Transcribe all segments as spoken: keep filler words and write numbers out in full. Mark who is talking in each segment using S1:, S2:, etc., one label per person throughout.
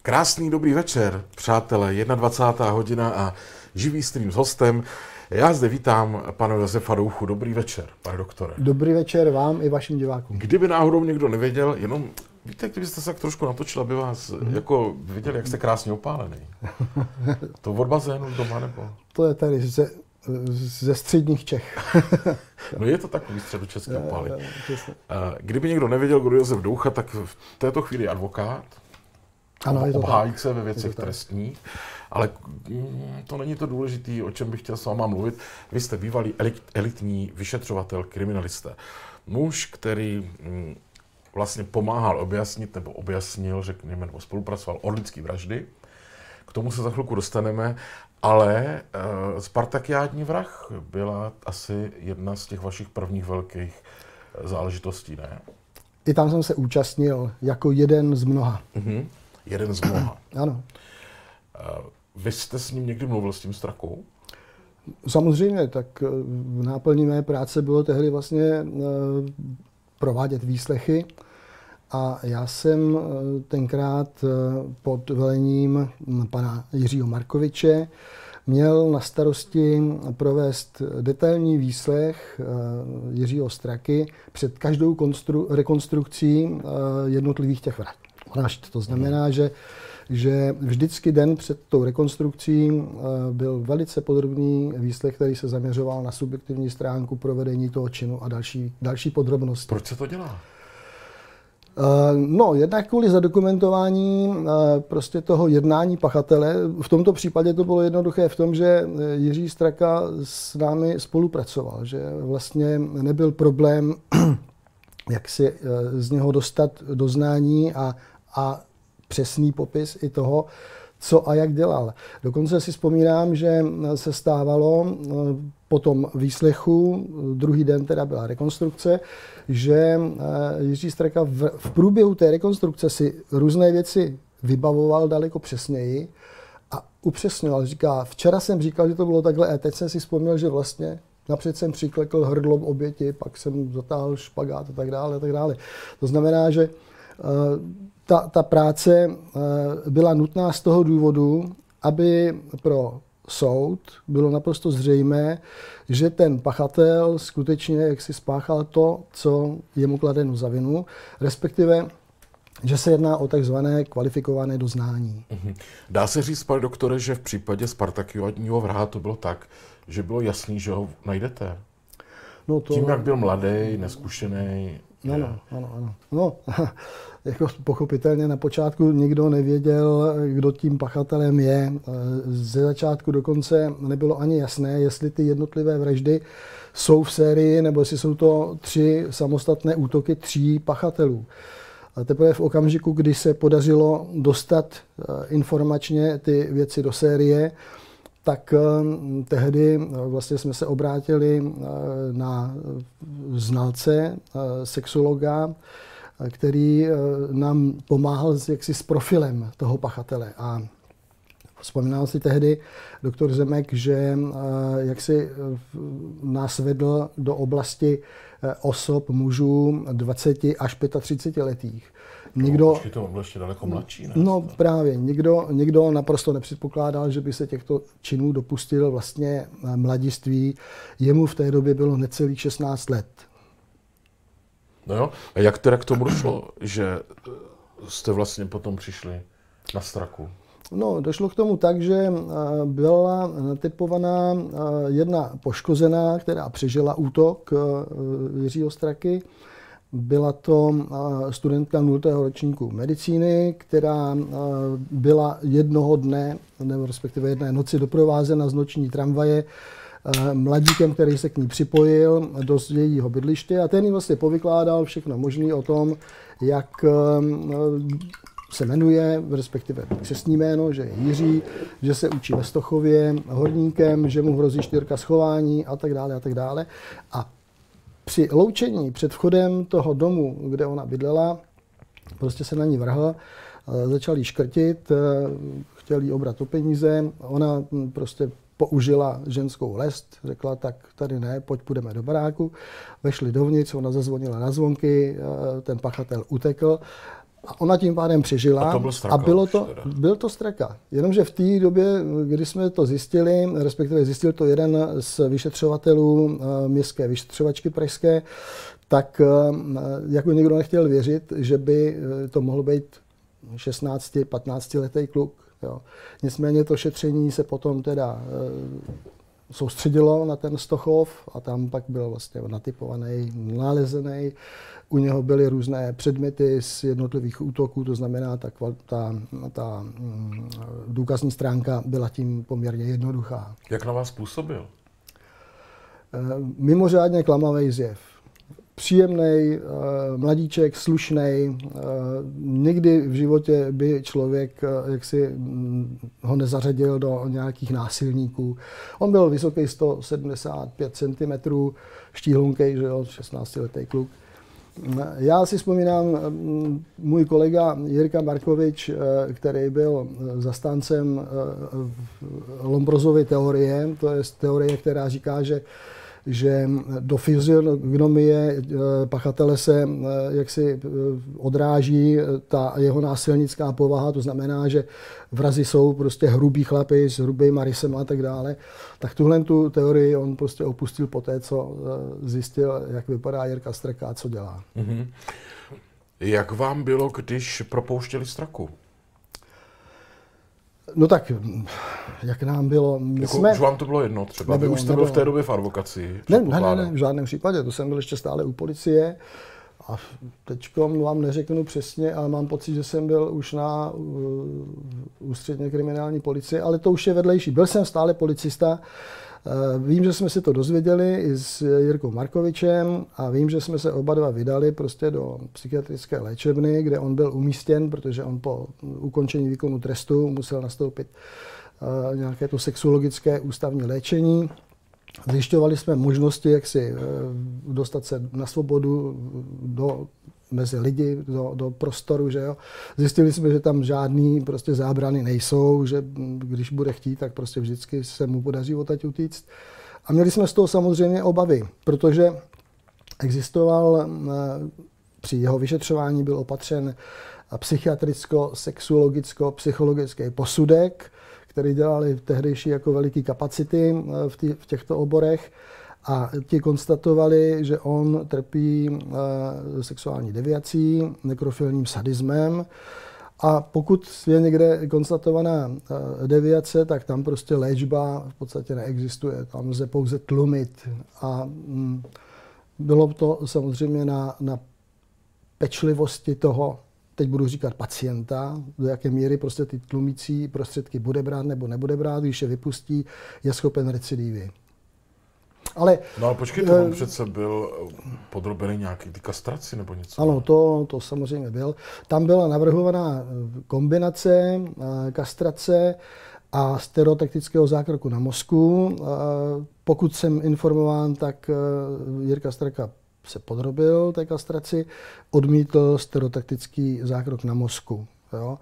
S1: Krásný dobrý večer, přátelé, dvacátá jedna hodina a živý stream s hostem. Já zde vítám pana Josefa Douchu. Dobrý večer, pane doktore.
S2: Dobrý večer vám i vašim divákům.
S1: Kdyby náhodou někdo nevěděl, jenom víte, kdybyste se tak trošku natočil, aby vás mm. jako viděli, jak jste krásně opálený. To od bazénu doma nebo?
S2: To je tady ze, ze středních Čech.
S1: No je to takový středočeský opálení. Kdyby někdo nevěděl, kdo je Josef Doucha, tak v této chvíli je advokát.
S2: Ano, je to
S1: obhájíce
S2: tak.
S1: ve věcech trestních, ale to není to důležité, o čem bych chtěl s váma mluvit. Vy jste bývalý elitní vyšetřovatel, kriminalista. Muž, který vlastně pomáhal objasnit, nebo objasnil, řekněme, nebo spolupracoval orlické vraždy. K tomu se za chvilku dostaneme, ale uh, Spartakiádní vrah byla asi jedna z těch vašich prvních velkých záležitostí, ne?
S2: I tam jsem se účastnil jako jeden z mnoha.
S1: Mm-hmm. Jeden z mnoha.
S2: Ano.
S1: Vy jste s ním někdy mluvil, s tím Strakou?
S2: Samozřejmě, tak v náplní mé práce bylo tehdy vlastně provádět výslechy a já jsem tenkrát pod velením pana Jiřího Markoviče měl na starosti provést detailní výslech Jiřího Straky před každou konstru- rekonstrukcí jednotlivých těch vražd. To znamená, že, že vždycky den před tou rekonstrukcí byl velice podrobný výslech, který se zaměřoval na subjektivní stránku provedení toho činu a další, další podrobnosti.
S1: Proč se to dělá?
S2: No, jednak kvůli zadokumentování prostě toho jednání pachatele. V tomto případě to bylo jednoduché v tom, že Jiří Straka s námi spolupracoval, že vlastně nebyl problém, jak si z něho dostat doznání a, a přesný popis i toho, co a jak dělal. Dokonce si vzpomínám, že se stávalo po tom výslechu, druhý den teda byla rekonstrukce, že Jiří Straka v, v průběhu té rekonstrukce si různé věci vybavoval daleko přesněji a upřesňoval. Říká, včera jsem říkal, že to bylo takhle a teď jsem si vzpomněl, že vlastně napřed jsem přiklekl hrdlo oběti, pak jsem zatáhl špagát a tak dále, a tak dále. To znamená, že ta, ta práce byla nutná z toho důvodu, aby pro soud bylo naprosto zřejmé, že ten pachatel skutečně jak si spáchal to, co je mu kladeno za vinu, respektive, že se jedná o takzvané kvalifikované doznání.
S1: Dá se říct, pane doktore, že v případě Spartakiádního vraha to bylo tak, že bylo jasný, že ho najdete?
S2: No to...
S1: Tím, jak byl mladý, neskušený.
S2: Ano, ano, ano. No, jako pochopitelně na počátku nikdo nevěděl, kdo tím pachatelem je. Ze začátku dokonce nebylo ani jasné, jestli ty jednotlivé vraždy jsou v sérii, nebo jestli jsou to tři samostatné útoky tří pachatelů. A teprve v okamžiku, kdy se podařilo dostat informačně ty věci do série, tak tehdy vlastně jsme se obrátili na znalce, sexologa, který nám pomáhal jaksi s profilem toho pachatele. A vzpomínal si tehdy doktor Zemek, že jaksi nás vedl do oblasti osob mužů dvaceti až třiceti letých.
S1: Nikdo, no, to bylo ještě daleko mladší, ne?
S2: No právě, nikdo, nikdo naprosto nepředpokládal, že by se těchto činů dopustil vlastně mladiství. Jemu v té době bylo necelých šestnáct let.
S1: No jo, a jak teda k tomu došlo, že jste vlastně potom přišli na Straku?
S2: No, došlo k tomu tak, že byla natypovaná jedna poškozená, která přežila útok Jiřího Straky. Byla to studentka nultého ročníku medicíny, která byla jednoho dne, nebo respektive jedné noci doprovázena z noční tramvaje mladíkem, který se k ní připojil do jejího bydliště a ten jí vlastně povykládal všechno možné o tom, jak se jmenuje, respektive křestní jméno, že je Jiří, že se učí ve Stochově horníkem, že mu hrozí čtyřka schování a tak dále a tak dále. A při loučení před vchodem toho domu, kde ona bydlela, prostě se na ní vrhl, začal jí škrtit, chtěl jí obrat o peníze, ona prostě použila ženskou lest, řekla, tak tady ne, pojď půjdeme do baráku. Vešli dovnitř, ona zazvonila na zvonky, ten pachatel utekl A ona tím pádem přežila.
S1: A to byl Straka
S2: a bylo to,
S1: teda.
S2: byl to Straka. Jenomže v té době, kdy jsme to zjistili, respektive zjistil to jeden z vyšetřovatelů městské vyšetřovačky pražské, tak jako někdo nechtěl věřit, že by to mohl být šestnácti patnáctiletý kluk. Jo. Nicméně to šetření se potom teda e, soustředilo na ten Stochov a tam pak byl vlastně natypovaný, nalezený. U něho byly různé předměty z jednotlivých útoků, to znamená, ta, ta, ta mm, důkazní stránka byla tím poměrně jednoduchá.
S1: Jak na vás působil?
S2: E, mimořádně klamavý zjev. Příjemný, mladíček, slušný, nikdy v životě by člověk jaksi ho nezařadil do nějakých násilníků. On byl vysoký sto sedmdesát pět centimetrů, štíhlunkej, že jo, šestnáctiletý kluk. Já si vzpomínám, můj kolega Jirka Markovič, který byl zastáncem Lombrozovy teorie, to je teorie, která říká, že že do fyziognomie pachatele se jaksi odráží ta jeho násilnická povaha, to znamená, že vrazi jsou prostě hrubý chlapi s hrubýma rysem a tak dále. Tak tuhle tu teorii on prostě opustil po té, co zjistil, jak vypadá Jirka Straka a co dělá.
S1: Mm-hmm. Jak vám bylo, když propouštěli Straku?
S2: No tak, jak nám bylo... My
S1: jako,
S2: jsme...
S1: Už vám to bylo jedno třeba?
S2: Nebylo,
S1: Vy už jste
S2: nebylo.
S1: byl v té době v advokacii?
S2: Ne, ne, ne, ne, v žádném případě. To jsem byl ještě stále u policie. A teďkom vám neřeknu přesně, ale mám pocit, že jsem byl už na uh, ústředně kriminální policie, ale to už je vedlejší. Byl jsem stále policista. Uh, vím, že jsme si to dozvěděli i s Jirkou Markovičem a vím, že jsme se oba dva vydali prostě do psychiatrické léčebny, kde on byl umístěn, protože on po ukončení výkonu trestu musel nastoupit uh, nějaké to sexuologické ústavní léčení. Zjišťovali jsme možnosti, jak si dostat se na svobodu do, mezi lidi, do, do prostoru, že jo. Zjistili jsme, že tam žádný prostě zábrany nejsou, že když bude chtít, tak prostě vždycky se mu podaří odtud utíct. A měli jsme z toho samozřejmě obavy, protože existoval, při jeho vyšetřování byl opatřen psychiatricko-sexuologicko-psychologický posudek, který dělali tehdejší jako veliký kapacity v, tý, v těchto oborech a ti konstatovali, že on trpí e, sexuální deviací, nekrofilním sadismem a pokud je někde konstatovaná e, deviace, tak tam prostě léčba v podstatě neexistuje, tam lze pouze tlumit a mm, bylo to samozřejmě na, na pečlivosti toho, teď budu říkat pacienta, do jaké míry prostě ty tlumící prostředky bude brát nebo nebude brát, když je vypustí, je schopen recidivy. Ale,
S1: no ale počkejte, on přece byl podrobený nějaký ty kastraci nebo něco.
S2: Ano, to, to samozřejmě byl. Tam byla navrhovaná kombinace kastrace a stereotaktického zákroku na mozku. Pokud jsem informován, tak Jirka Straka se podrobil té kastraci, odmítl stereotaktický zákrok na mozku. Jo.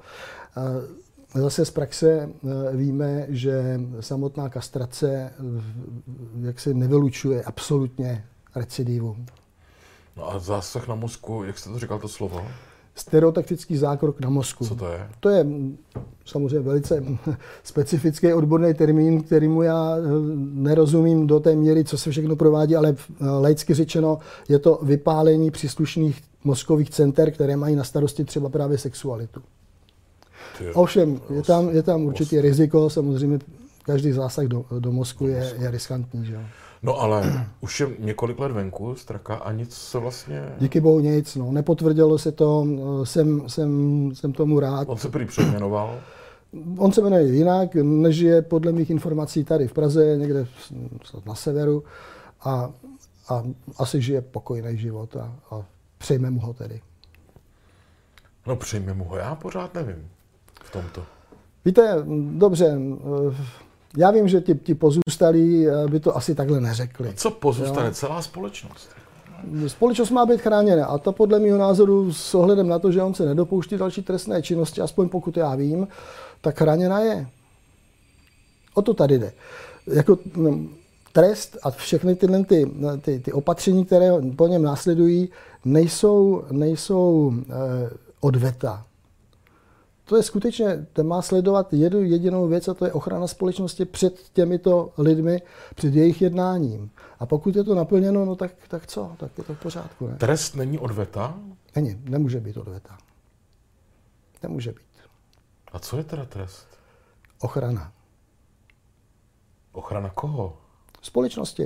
S2: Zase z praxe víme, že samotná kastrace jaksi nevylučuje absolutně recidivu.
S1: No a zásah na mozku, jak jste to říkal to slovo?
S2: Stereotaktický zákrok na mozku.
S1: Co to je?
S2: To je samozřejmě velice specifický odborný termín, kterému já nerozumím do té míry, co se všechno provádí, ale laicky řečeno je to vypálení příslušných mozkových center, které mají na starosti třeba právě sexualitu. Tyjo, Ovšem, je tam, je tam určitě riziko, samozřejmě každý zásah do, do mozku je, je riskantní. Že?
S1: No ale už je několik let venku, Straka, a nic se vlastně...
S2: Díky bohu nic, no. Nepotvrdilo se to, jsem, jsem, jsem tomu rád.
S1: On se prý přejmenoval?
S2: On se jmenuje jinak, nežije podle mých informací tady v Praze, někde na severu a, a asi žije pokojný život a, a přejme mu ho tedy.
S1: No přejme mu ho, já pořád nevím v tomto.
S2: Víte, dobře, já vím, že ti, ti pozůstalí by to asi takhle neřekli.
S1: A co pozůstane? Jo? Celá společnost?
S2: Společnost má být chráněna a to podle mého názoru s ohledem na to, že on se nedopouští další trestné činnosti, aspoň pokud já vím, tak chráněna je. O to tady jde. Jako no, trest a všechny tyhle ty, ty, ty opatření, které po něm následují, nejsou, nejsou eh, odveta. To je skutečně, ten má sledovat jednu jedinou věc a to je ochrana společnosti před těmito lidmi, před jejich jednáním. A pokud je to naplněno, no tak, tak co? Tak je to v pořádku, ne?
S1: Trest není odveta?
S2: Není, nemůže být odveta. Nemůže být.
S1: A co je teda trest?
S2: Ochrana.
S1: Ochrana koho?
S2: Společnosti.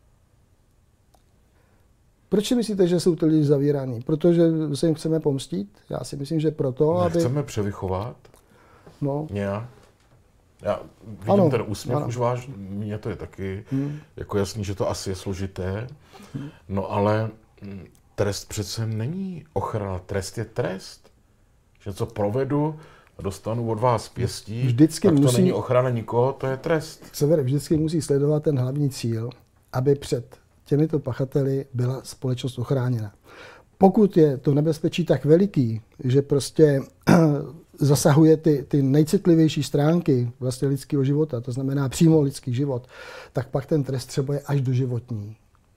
S2: Proč si myslíte, že jsou ty lidi zavíraní? Protože se jim chceme pomstít? Já si myslím, že proto, aby...
S1: Nechceme převychovat?
S2: No.
S1: Nějak? Já vidím
S2: ano,
S1: ten úsměv
S2: ano.
S1: už váš, mně to je taky
S2: hmm.
S1: jako jasný, že to asi je složité, no ale trest přece není ochrana, trest je trest. Že co provedu, dostanu od vás pěstí,
S2: vždycky
S1: tak to
S2: musí,
S1: není ochrana nikoho, to je trest.
S2: Sever vždycky musí sledovat ten hlavní cíl, aby před těmito pachateli byla společnost ochráněna. Pokud je to nebezpečí tak veliký, že prostě zasahuje ty, ty nejcitlivější stránky vlastně lidského života, to znamená přímo lidský život, tak pak ten trest třeba je až doživotní.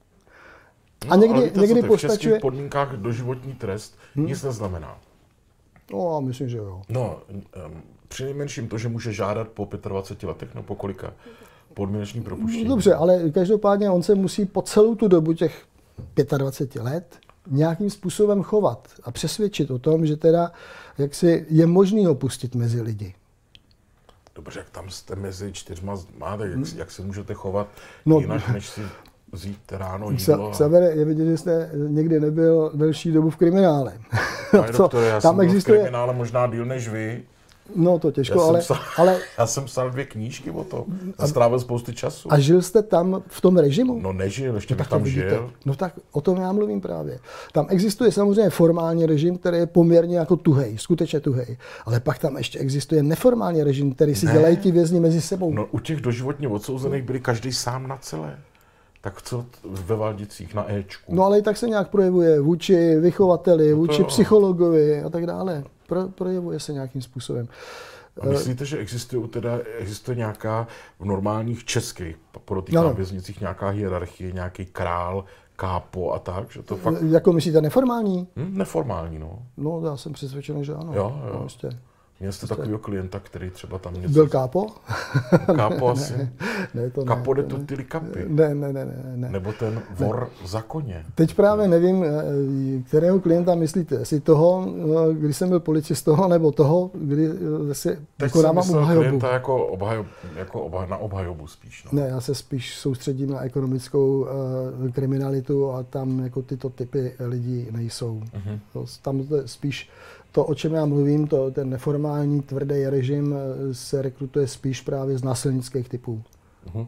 S1: No,
S2: a někdy,
S1: ale víte,
S2: někdy
S1: co,
S2: postačuje...
S1: v českých podmínkách doživotní trest hmm? nic neznamená.
S2: No, myslím, že jo.
S1: No, um, přinejmenším to, že může žádat po dvaceti pěti letech, no po kolika podmínečný propuštění.
S2: Dobře, ale každopádně on se musí po celou tu dobu těch dvaceti pěti let nějakým způsobem chovat a přesvědčit o tom, že teda jaksi je možný ho pustit mezi lidi.
S1: Dobře, jak tam jste mezi čtyřma máte, jak, jak se můžete chovat
S2: no,
S1: jinak, než si vzít ráno jídlo?
S2: A... Savere, je vidět, že jste někdy nebyl delší dobu v kriminále.
S1: Pane doktore, já tam jsem existuje... v kriminále možná díl než vy.
S2: No to těžko,
S1: já
S2: ale,
S1: psal,
S2: ale...
S1: Já jsem psal dvě knížky o to a strávil spoustu času.
S2: A žil jste tam v tom režimu?
S1: No nežil, ještě
S2: no,
S1: bych tam
S2: vidíte.
S1: žil.
S2: No tak o tom já mluvím právě. Tam existuje samozřejmě formální režim, který je poměrně jako tuhej, skutečně tuhej. Ale pak tam ještě existuje neformální režim, který si ne. dělají ti vězni mezi sebou.
S1: No u těch doživotně odsouzených byli každý sám na celé. Tak co ve Valdicích na Éčku?
S2: No ale i tak se nějak projevuje vůči vychovateli, no vůči jo. psychologovi a tak dále. Pro, projevuje se nějakým způsobem.
S1: A myslíte, že existuje, teda, existuje nějaká v normálních českých podotýkám no. věznicích nějaká hierarchie, nějaký král, kápo a tak? Že to fakt...
S2: Jako myslíte neformální?
S1: Hm, neformální, no.
S2: No já jsem přesvědčený, že ano.
S1: Jo, jo.
S2: No, prostě.
S1: Měl jste
S2: prostě.
S1: takového klienta, který třeba tam něco...
S2: Byl kápo?
S1: Kápo asi?
S2: Ne, ne, to
S1: Kapo
S2: ne,
S1: de tutti li capi?
S2: Ne, ne, ne, ne, ne.
S1: Nebo ten vor ne. za koně?
S2: Teď právě nevím, kterého klienta myslíte. Jestli toho, když jsem byl policistou, nebo toho, kdy se vykonávám obhajobu.
S1: klienta jako, obhajob, jako obhaj, na obhajobu spíš. No.
S2: Ne, já se spíš soustředím na ekonomickou uh, kriminalitu a tam jako tyto typy lidí nejsou. Uh-huh. Tam spíš to, o čem já mluvím, to, ten neformální tvrdý režim se rekrutuje spíš právě z násilnických typů.
S1: Uh-huh.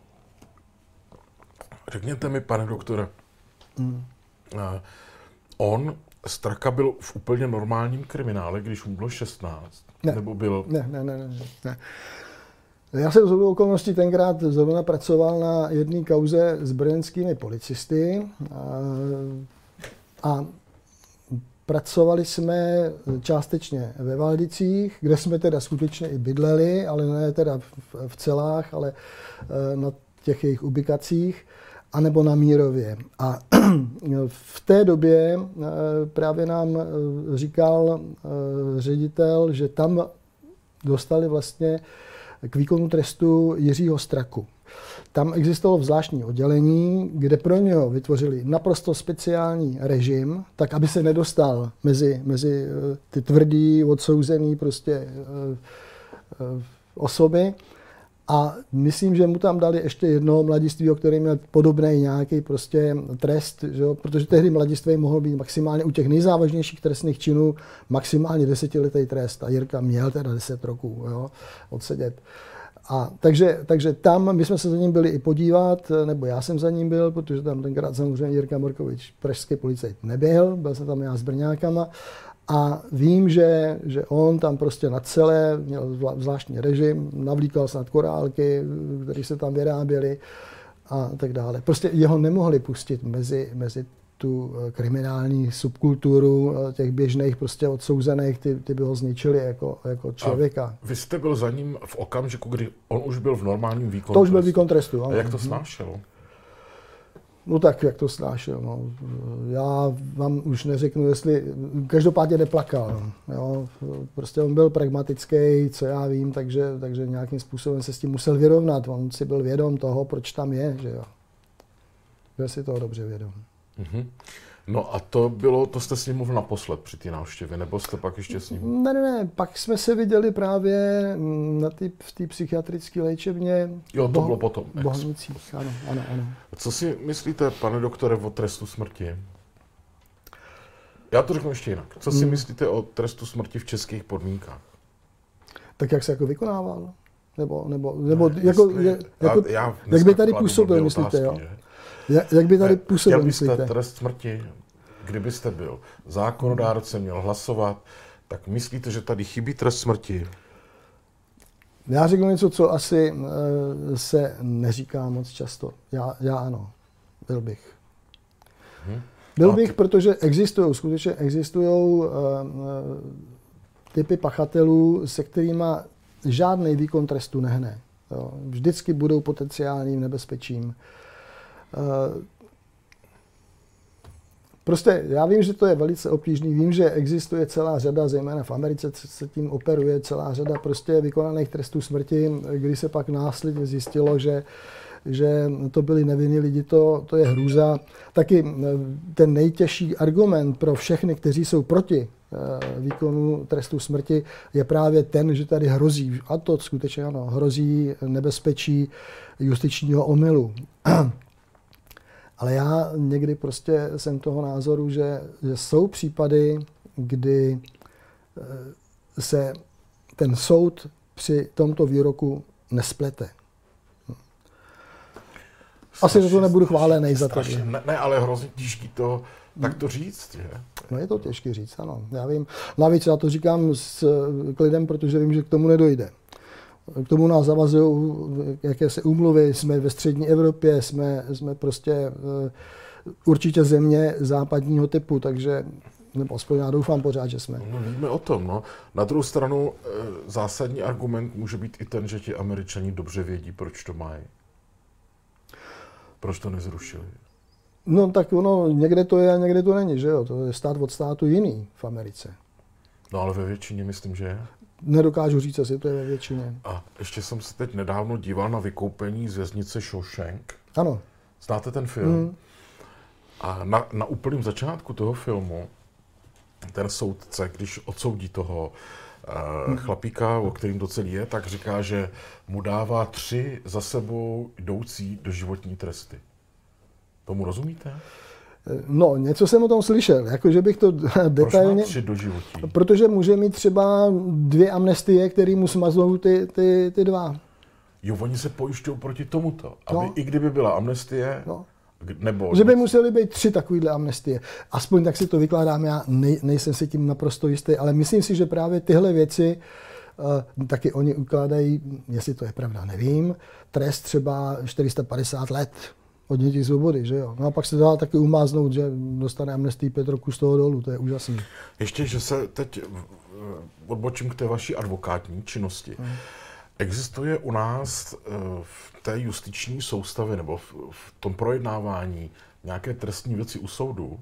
S1: Řekněte mi, pane doktore, mm. uh, on, Straka, byl v úplně normálním kriminále, když mu bylo šestnáct?
S2: Ne.
S1: Nebo byl...
S2: Ne, ne, ne, ne, ne. Já jsem z okolností tenkrát zrovna pracoval na jedné kauze s brněnskými policisty a, a pracovali jsme částečně ve Valdicích, kde jsme teda skutečně i bydleli, ale ne teda v, v celách, ale na těch jejich ubikacích, anebo na Mírově. A v té době právě nám říkal ředitel, že tam dostali vlastně k výkonu trestu Jiřího Straku. Tam existovalo zvláštní oddělení, kde pro něho vytvořili naprosto speciální režim, tak aby se nedostal mezi, mezi ty tvrdý, odsouzený prostě osoby. A myslím, že mu tam dali ještě jednoho mladistvého, který měl podobný nějaký prostě trest, že jo? Protože tehdy mladistvý mohl být maximálně u těch nejzávažnějších trestných činů maximálně desetiletý trest. A Jirka měl teda deset roků, jo? Odsedět. A takže, takže tam my jsme se za ním byli i podívat, nebo já jsem za ním byl, protože tam tenkrát samozřejmě Jirka Morkovič, pražský policajt, nebyl, byl jsem tam já s Brňákama. A vím, že, že on tam prostě na celé měl zvláštní režim, navlíkal snad korálky, které se tam vyráběly a tak dále. Prostě jeho nemohli pustit mezi, mezi tu kriminální subkulturu těch běžných prostě odsouzených, ty, ty by ho zničili jako, jako člověka.
S1: A vy jste byl za ním v okamžiku, kdy on už byl v normálním výkonu
S2: To už byl výkon trestu.
S1: A jak to snášel?
S2: No tak, jak to snášel. No. Já vám už neřeknu, jestli... Každopádně neplakal. No. Jo. Prostě on byl pragmatický, co já vím, takže, takže nějakým způsobem se s tím musel vyrovnat. On si byl vědom toho, proč tam je, že jo. Byl si toho dobře vědom.
S1: Mm-hmm. No a to bylo, to jste s ním mluvil naposled při té návštěvě, nebo jste pak ještě s ním?
S2: Ne, ne, ne, pak jsme se viděli právě na tý, v té psychiatrické léčebně.
S1: Jo, to bylo potom.
S2: V Bohnicích, ano, ano, ano.
S1: Co si myslíte, pane doktore, o trestu smrti? Já to řeknu ještě jinak. Co si hmm. myslíte o trestu smrti v českých podmínkách?
S2: Tak jak se jako vykonával? Nebo, nebo, nebo
S1: ne,
S2: jako,
S1: jestli,
S2: je, jako
S1: já, já
S2: jak by tady působil, myslíte, jo? Jak, jak by tady působil,
S1: chtěl byste
S2: myslíte?
S1: trest smrti, kdybyste byl zákonodárce, měl hlasovat, tak myslíte, že tady chybí trest smrti?
S2: Já řeknu něco, co asi uh, se neříká moc často. Já, já ano, byl bych. Hmm. Byl A bych, ty... protože existují, skutečně existují uh, typy pachatelů, se kterými žádný výkon trestu nehne. Jo. Vždycky budou potenciálním nebezpečím. Prostě já vím, že to je velice obtížný, vím, že existuje celá řada, zejména v Americe se tím operuje celá řada prostě vykonaných trestů smrti, kdy se pak následně zjistilo, že, že to byli nevinní lidi, to, to je hrůza. Taky ten nejtěžší argument pro všechny, kteří jsou proti výkonu trestu smrti, je právě ten, že tady hrozí, a to skutečně ano, hrozí nebezpečí justičního omylu. Ale já někdy prostě jsem toho názoru, že, že jsou případy, kdy se ten soud při tomto výroku nesplete. Asi strašně, to nebudu chválený za to.
S1: Ne, ne, ale hrozně těžký to, tak to říct, že?
S2: No je to těžký říct, ano. Já vím. Navíc já to říkám s klidem, protože vím, že k tomu nedojde. K tomu nás zavazují jakési úmluvy, jsme ve střední Evropě, jsme, jsme prostě určitě země západního typu, takže, nebo aspoň já doufám pořád, že jsme.
S1: No, víme o tom, no. Na druhou stranu zásadní argument může být i ten, že ti Američani dobře vědí, proč to mají. Proč to nezrušili?
S2: No tak ono, někde to je a někde to není, že jo? To je stát od státu jiný v Americe.
S1: No ale ve většině myslím, že je.
S2: Nedokážu říct, jestli to je ve většině.
S1: A ještě jsem se teď nedávno díval na vykoupení z věznice Shawshank.
S2: Ano.
S1: Znáte ten film? Mm. A na, na úplném začátku toho filmu ten soudce, když odsoudí toho uh, mm. chlapíka, o kterým to celý je, tak říká, že mu dává tři za sebou jdoucí doživotní tresty. Tomu rozumíte?
S2: No, něco jsem o tom slyšel, jakože bych to detailně...
S1: Proč má tři doživotí?
S2: Protože může mít třeba dvě amnestie, které mu smaznou ty, ty, ty dva.
S1: Jo, oni se pojišťují proti tomuto, aby
S2: no.
S1: i kdyby byla amnestie, no. nebo...
S2: Že by museli být tři takovýhle amnestie. Aspoň tak si to vykládám, já nej, nejsem si tím naprosto jistý, ale myslím si, že právě tyhle věci uh, taky oni ukládají, jestli to je pravda, nevím, trest třeba čtyři sta padesát let. Odnětí svobody, že jo. No a pak se dá taky umáznout, že dostane amnestii pět roků z toho dolů, to je úžasný.
S1: Ještě, že se teď odbočím k té vaší advokátní činnosti. Hmm. Existuje u nás v té justiční soustavě nebo v, v tom projednávání nějaké trestní věci u soudu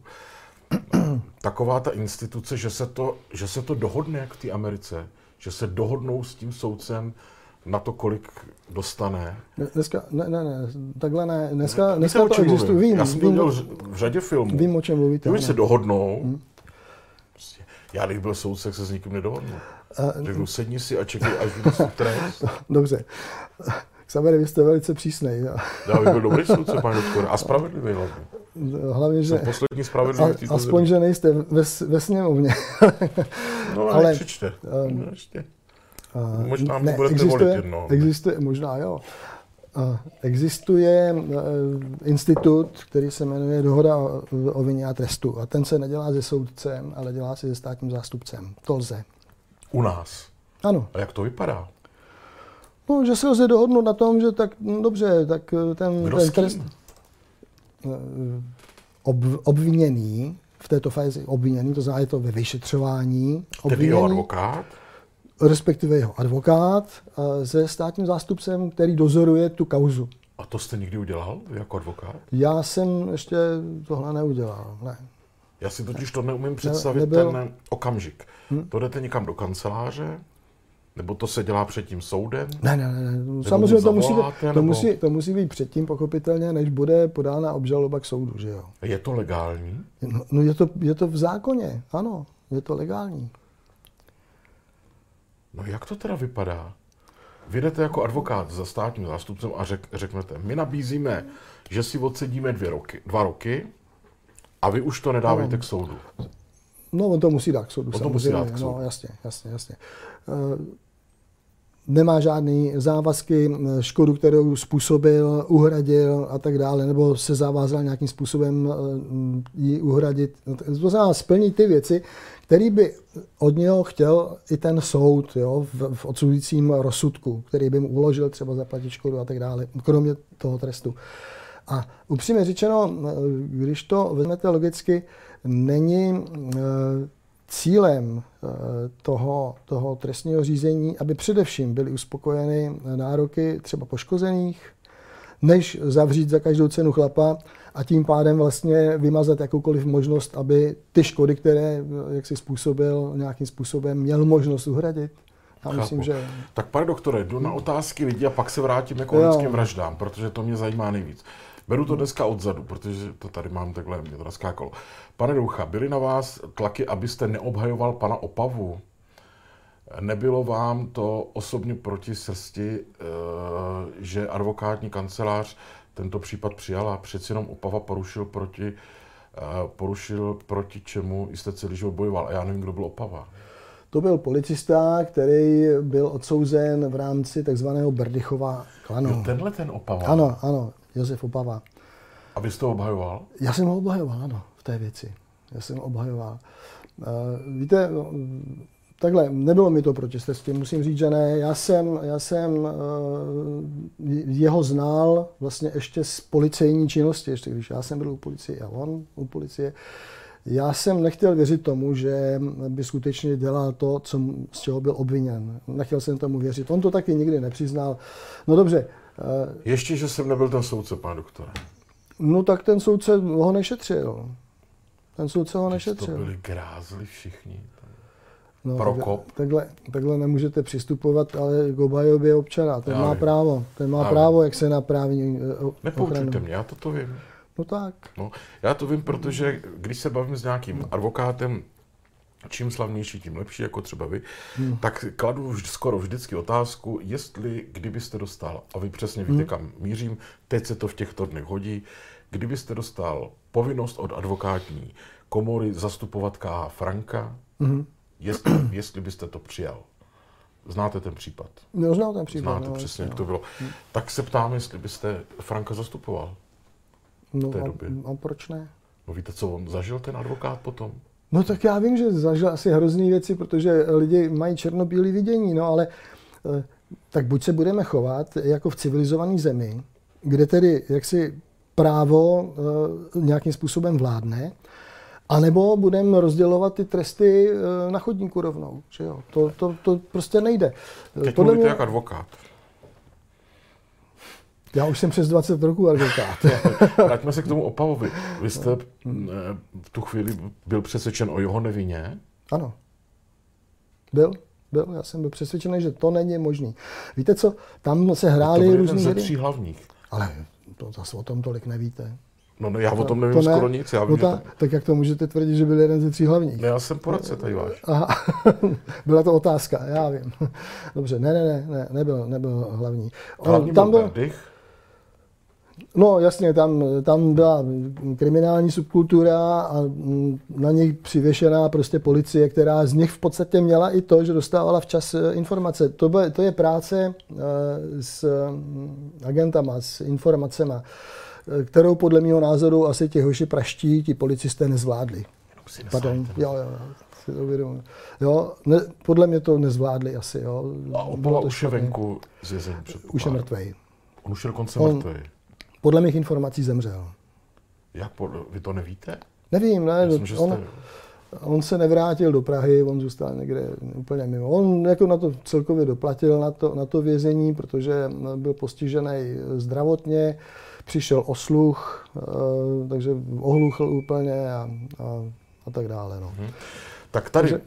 S1: taková ta instituce, že se to, že se to dohodne jak v té Americe, že se dohodnou s tím soudcem na to, kolik dostane.
S2: Dneska, ne, ne, ne, takhle ne. Dneska, dneska to existuje. Vím,
S1: já jsem to viděl v řadě filmů.
S2: Vím, o čem mluvíte.
S1: Když se dohodnou, hmm. prostě, já když byl soudce, jak se s nikým nedohodnu. Uh, Řeknu, sedni si a čekej, až vyjdu si trest.
S2: Dobře. Xavere, vy jste velice přísnej.
S1: Já bych byl dobrý soudce, pane doktore, a spravedlivý hlavně.
S2: Hlavně, že...
S1: Jsem poslední spravedlivý.
S2: A, aspoň, že nejste ve, ve sněmovně.
S1: No, ale nekřičte. Um, Uh, možná ne, budete
S2: existuje,
S1: volit jedno.
S2: Existuje, možná jo. Uh, existuje uh, institut, který se jmenuje Dohoda o, o vině a trestu. A ten se nedělá se soudcem, ale dělá se se státním zástupcem. To lze.
S1: U nás?
S2: Ano.
S1: A jak to vypadá?
S2: No, že se lze dohodnout na tom, že tak, no, dobře, tak ten, ten trest... Uh, ob, obviněný, v této fázi obviněný, to znamená, je to ve vyšetřování.
S1: Tedy jeho advokát?
S2: Respektive jeho advokát se státním zástupcem, který dozoruje tu kauzu.
S1: A to jste někdy udělal jako advokát?
S2: Já jsem ještě tohle neudělal, ne.
S1: Já si totiž to neumím představit, ne, ten okamžik. Hm? To jdete někam do kanceláře? Nebo to se dělá před tím soudem?
S2: Ne, ne, ne. Samozřejmě to musí, být, to, nebo... musí, to musí být předtím, pochopitelně, než bude podána obžaloba k soudu, že jo?
S1: Je to legální?
S2: No, no je, to, je to v zákoně, ano, je to legální.
S1: No jak to teda vypadá? Vy jdete jako advokát za státním zástupcem a řek, řeknete, my nabízíme, že si odsedíme dvě roky, dva roky a vy už to nedávejte k soudu.
S2: No, on to musí dát k soudu.
S1: On to musí dát k soudu.
S2: No, jasně, jasně, jasně. Uh, nemá žádný závazky, škodu, kterou způsobil, uhradil a tak dále, nebo se zavázal nějakým způsobem uh, ji uhradit. To znamená, splní ty věci, který by od něho chtěl i ten soud, jo, v, v odsudujícím rozsudku, který by mu uložil třeba zaplatit škodu a tak dále, kromě toho trestu. A upřímně řečeno, když to vezmete logicky, není cílem toho, toho trestního řízení, aby především byly uspokojeny nároky třeba poškozených, než zavřít za každou cenu chlapa a tím pádem vlastně vymazat jakoukoliv možnost, aby ty škody, které jak si způsobil, nějakým způsobem měl možnost uhradit. Já myslím, že...
S1: Tak pane doktore, jdu na otázky lidí a pak se vrátím jako lidským vraždám, protože to mě zajímá nejvíc. Beru to dneska odzadu, protože to tady mám takhle, mě to naskákalo. Pane Doucha, byly na vás tlaky, abyste neobhajoval pana Opavu? Nebylo vám to osobně proti srsti, že advokátní kancelář tento případ přijala? Přeci jenom Opava porušil proti, porušil proti čemu jste celý život bojoval. A já nevím, kdo byl Opava.
S2: To byl policista, který byl odsouzen v rámci takzvaného Berdychova klanu.
S1: Jo, tenhle ten Opava?
S2: Ano, ano, Josef Opava.
S1: A vy jste ho obhajoval?
S2: Já jsem ho obhajoval, ano, v té věci. Já jsem ho obhajoval. Uh, víte, takhle, nebylo mi to proti srsti, musím říct, že ne. Já jsem, já jsem uh, jeho znal vlastně ještě z policejní činnosti, ještě když já jsem byl u policie a on u policie. Já jsem nechtěl věřit tomu, že by skutečně dělal to, co, z čeho byl obviněn. Nechtěl jsem tomu věřit. On to taky nikdy nepřiznal. No dobře. Uh,
S1: ještě, že jsem nebyl ten soudce, pane doktore.
S2: No tak ten soudce ho nešetřil. Ten soudce ho nešetřil.
S1: To byli grázli všichni.
S2: No,
S1: Prokop.
S2: Takhle, takhle nemůžete přistupovat, ale k obhajobě občana. Ten já má vím. právo. Ten má
S1: já
S2: právo,
S1: vím.
S2: jak se napraví ochranu.
S1: Nepoučujte mě, já to vím.
S2: No tak.
S1: No, já to vím, protože když se bavím s nějakým advokátem, čím slavnější, tím lepší, jako třeba vy, hmm. tak kladu už skoro vždycky otázku, jestli, kdybyste dostal, a vy přesně víte, hmm. kam mířím, teď se to v těchto dnech hodí, kdybyste dostal povinnost od advokátní komory zastupovat K H. Franka, hmm. jestli, jestli byste to přijal. Znáte ten případ?
S2: No, znám ten případ.
S1: Znáte
S2: no,
S1: přesně,
S2: no.
S1: jak to bylo. Hmm. Tak se ptám, jestli byste Franka zastupoval
S2: no,
S1: v té době.
S2: A, a proč ne?
S1: No víte, co on zažil, ten advokát potom?
S2: No tak já vím, že zažil asi hrozný věci, protože lidi mají černobílé vidění, no ale tak buď se budeme chovat jako v civilizované zemi, kde tedy jaksi právo nějakým způsobem vládne, anebo budeme rozdělovat ty tresty na chodníku rovnou. Že jo? To, to, to prostě nejde.
S1: Teď Podle mluvíte mě... jak advokát.
S2: Já už jsem přes dvacet roků advokát.
S1: Vraťme se k tomu Opavovi. Vy jste v tu chvíli byl přesvědčen o jeho nevině?
S2: Ano. Byl. Byl. Já jsem byl přesvědčený, že to není možný. Víte co, tam se hráli různý hry.
S1: To byl jeden ze tří hlavních.
S2: Ale to zase o tom tolik nevíte.
S1: No, no já o tom nevím
S2: to
S1: skoro ne. nic. Já vím,
S2: no ta,
S1: to...
S2: Tak jak to můžete tvrdit, že byl jeden ze tří hlavních?
S1: No, já jsem poradce tady váš.
S2: Aha. Byla to otázka, já vím. Dobře, ne, ne, ne, ne nebyl, nebyl hlavní.
S1: Hlavní tam byl Berdych?
S2: No jasně, tam, tam byla kriminální subkultura a na nich přivěšená prostě policie, která z nich v podstatě měla i to, že dostávala včas informace. To, by, to je práce s agentama, s informacema, kterou podle mého názoru asi ti hoši praští, ti policisté nezvládli. Pardon, jo, jo, si to uvědomuji. Jo, ne, podle mě to nezvládli asi, jo.
S1: A Opava už je venku z vězení předpokládám.
S2: Už je mrtvej.
S1: On už je dokonce mrtvej.
S2: Podle mých informací zemřel.
S1: Jak? Vy to nevíte?
S2: Nevím, ne.
S1: Myslím, že
S2: on,
S1: jste...
S2: On se nevrátil do Prahy, on zůstal někde úplně mimo. On jako na to celkově doplatil, na to, na to vězení, protože byl postižený zdravotně, přišel o sluch, takže ohluchl úplně a, a, a tak dále. No.
S1: Hmm. Tak tady, takže,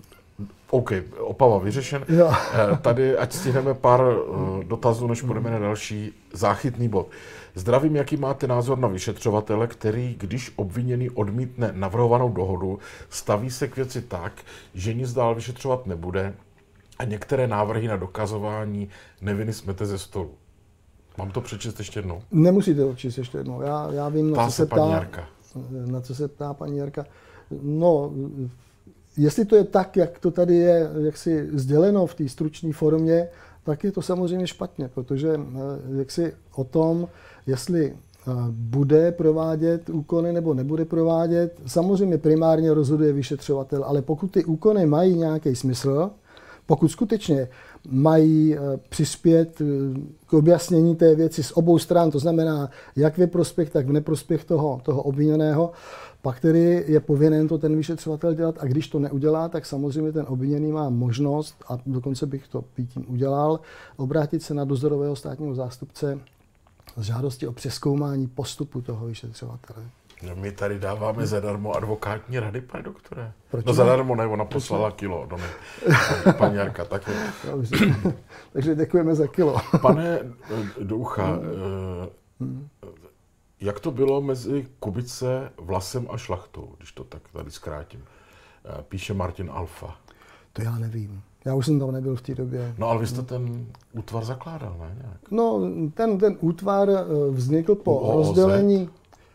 S1: OK, Opava vyřešen.
S2: Jo.
S1: Tady, ať stihneme pár dotazů, než půjdeme na další záchytný bod. Zdravím, jaký máte názor na vyšetřovatele, který, když obviněný odmítne navrhovanou dohodu, staví se k věci tak, že nic dál vyšetřovat nebude a některé návrhy na dokazování neviny smete ze stolu. Mám to přečíst ještě jednou?
S2: Nemusíte to číst ještě jednou. Já, já vím, na co se
S1: paní Jarka.
S2: Na co se ptá paní Jarka. No, jestli to je tak, jak to tady je, jak si sděleno v té stručné formě, tak je to samozřejmě špatně, protože jak si o tom, jestli bude provádět úkony nebo nebude provádět, samozřejmě primárně rozhoduje vyšetřovatel, ale pokud ty úkony mají nějaký smysl, pokud skutečně mají přispět k objasnění té věci z obou stran, to znamená jak ve prospěch, tak v neprospěch toho, toho obviněného, pak tedy je povinen to ten vyšetřovatel dělat a když to neudělá, tak samozřejmě ten obviněný má možnost, a dokonce bych to tím udělal, obrátit se na dozorového státního zástupce s žádostí o přezkoumání postupu toho vyšetřovatele.
S1: No, my tady dáváme zadarmo advokátní rady, pane doktore.
S2: Proč
S1: no zadarmo ne, ona poslala kilo do mě. Paní Jarka, tak
S2: takže děkujeme za kilo.
S1: Pane Doucha, hmm. jak to bylo mezi Kubice, Vlasem a Šlachtou, když to tak tady zkrátím? Píše Martin Alfa.
S2: To já nevím. Já už jsem tam nebyl v té době.
S1: No ale vy jste ten útvar zakládal, ne? Nějak?
S2: No, ten, ten útvar vznikl po rozdělení.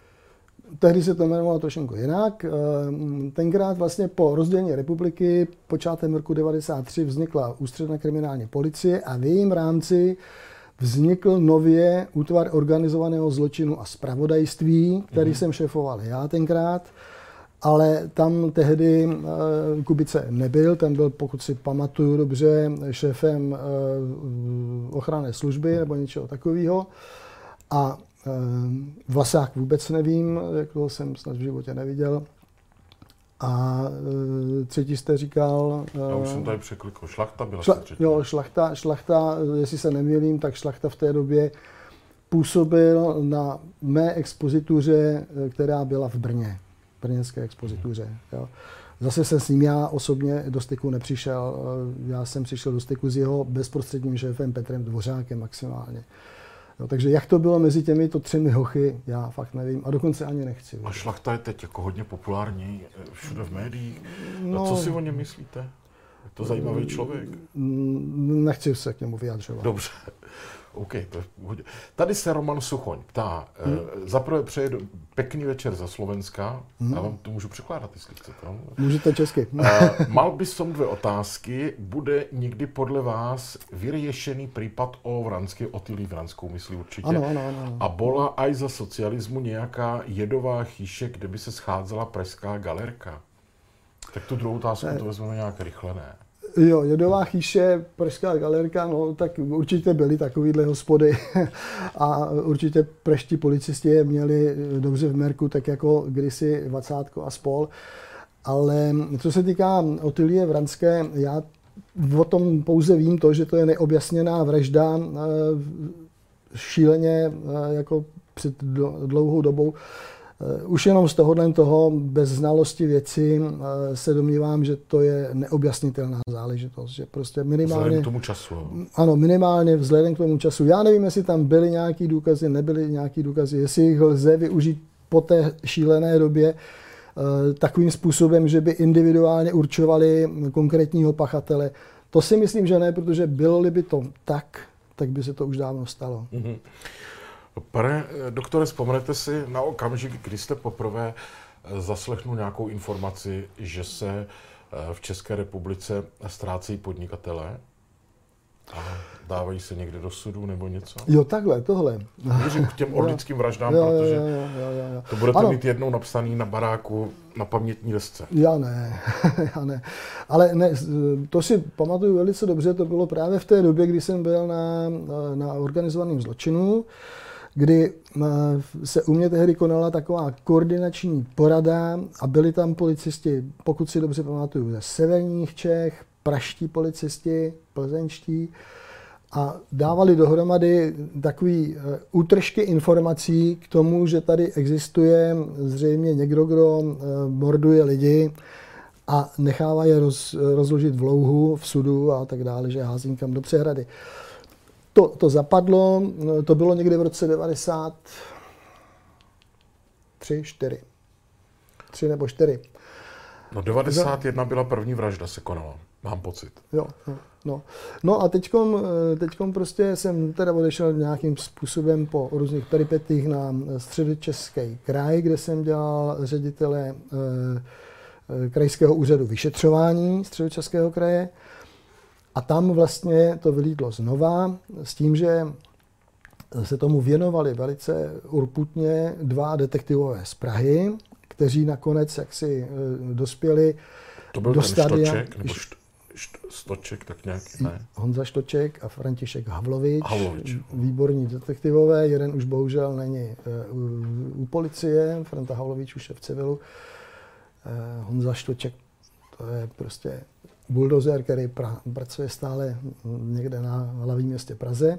S2: Tehdy se to jmenovalo trošku jinak. Tenkrát vlastně po rozdělení republiky počátkem roku devadesát tři vznikla ústřední kriminální policie a v jejím rámci vznikl nově útvar organizovaného zločinu a zpravodajství, který mm. jsem šéfoval já tenkrát, ale tam tehdy Kubice nebyl, ten byl, pokud si pamatuju dobře, šéfem ochranné služby nebo něčeho takového. A Vlasák vůbec nevím, jak to jsem snad v životě neviděl. A třetí jste říkal...
S1: Já už jsem tady překlikl. Šlachta byla
S2: šla,
S1: třetí.
S2: Jo, šlachta, šlachta, jestli se nemýlím, tak Šlachta v té době působil na mé expozituře, která byla v Brně. Brněnské expozituře. Jo. Zase jsem s ním já osobně do styku nepřišel. Já jsem přišel do styku s jeho bezprostředním šéfem Petrem Dvořákem maximálně. No, takže jak to bylo mezi těmito třemi hochy, já fakt nevím a dokonce ani nechci.
S1: A Šlachta je teď jako hodně populární všude v médiích. No, co si o něm myslíte? Je to zajímavý člověk?
S2: Nechci se k němu vyjadřovat.
S1: Dobře. OK, to je hodně. Tady se Roman Suchoň ptá, hmm. zaprvé přeje pěkný večer za Slovenska, hmm. já vám to můžu překládat, jestli chcete.
S2: Můžete česky.
S1: Mal by som dvě otázky. Bude někdy podle vás vyriešený případ o Vranské, Otýlii Vranskou, myslí určitě.
S2: Ano, ano, ano.
S1: A bola aj za socialismu nějaká jedová chýše, kde by se scházela Pražská galerka? Tak tu druhou otázku to vezmeme nějak rychle, ne?
S2: Jo, jedová chýše, Pražská galerka, no tak určitě byly takovýhle hospody a určitě pražští policisti je měli dobře v merku, tak jako kdysi Vacátko a spol. Ale co se týká Otylie Vranské, já o tom pouze vím to, že to je neobjasněná vražda šíleně jako před dlouhou dobou. Už jenom z tohohle toho, bez znalosti věci, se domnívám, že to je neobjasnitelná záležitost. Že prostě minimálně,
S1: vzhledem k tomu času.
S2: Ano, minimálně vzhledem k tomu času. Já nevím, jestli tam byly nějaký důkazy, nebyly nějaký důkazy, jestli jich lze využít po té šílené době takovým způsobem, že by individuálně určovali konkrétního pachatele. To si myslím, že ne, protože bylo-li by to tak, tak by se to už dávno stalo.
S1: Mm-hmm. Pane doktore, vzpomenete si na okamžik, kdy jste poprvé zaslechnul nějakou informaci, že se v České republice ztrácejí podnikatelé a dávají se někde do sudu nebo něco?
S2: Jo, takhle, tohle.
S1: Můžu k těm orlickým vraždám,
S2: jo,
S1: protože
S2: jo, jo, jo, jo.
S1: to budete ano. mít jednou napsaný na baráku na pamětní desce.
S2: Já ne, já ne. Ale ne, to si pamatuju velice dobře, to bylo právě v té době, kdy jsem byl na, na organizovaném zločinu, kdy se u mě tehdy konala taková koordinační porada a byli tam policisti, pokud si dobře pamatuju, ze severních Čech, praští policisti, plzeňští, a dávali dohromady takový útržky informací k tomu, že tady existuje zřejmě někdo, kdo morduje lidi a nechává je roz, rozložit v louhu, v sudu a tak dále, že hází někam do přehrady. To, to zapadlo, to bylo někdy v roce devadesát tři, čtyři. Tři nebo čtyři.
S1: No devadesát jedna byla první vražda, se konala, mám pocit.
S2: Jo, no, no. no a teďkom, teďkom prostě jsem teda odešel nějakým způsobem po různých peripetích na Středočeský kraj, kde jsem dělal ředitele eh, krajského úřadu vyšetřování Středočeského kraje. A tam vlastně to vylídlo znova s tím, že se tomu věnovali velice urputně dva detektivové z Prahy, kteří nakonec jaksi dospěli
S1: to byl
S2: do
S1: ten
S2: stadia.
S1: Štoček, nebo št, št, Stoček, tak nějak, ne?
S2: Honza Štoček a František Havlovič,
S1: Havlovič.
S2: Výborní detektivové, jeden už bohužel není u, u policie, Franta Havlovič už je v civilu, Honza Štoček, to je prostě buldozer, který pra, pracuje stále někde na hlavním městě Praze.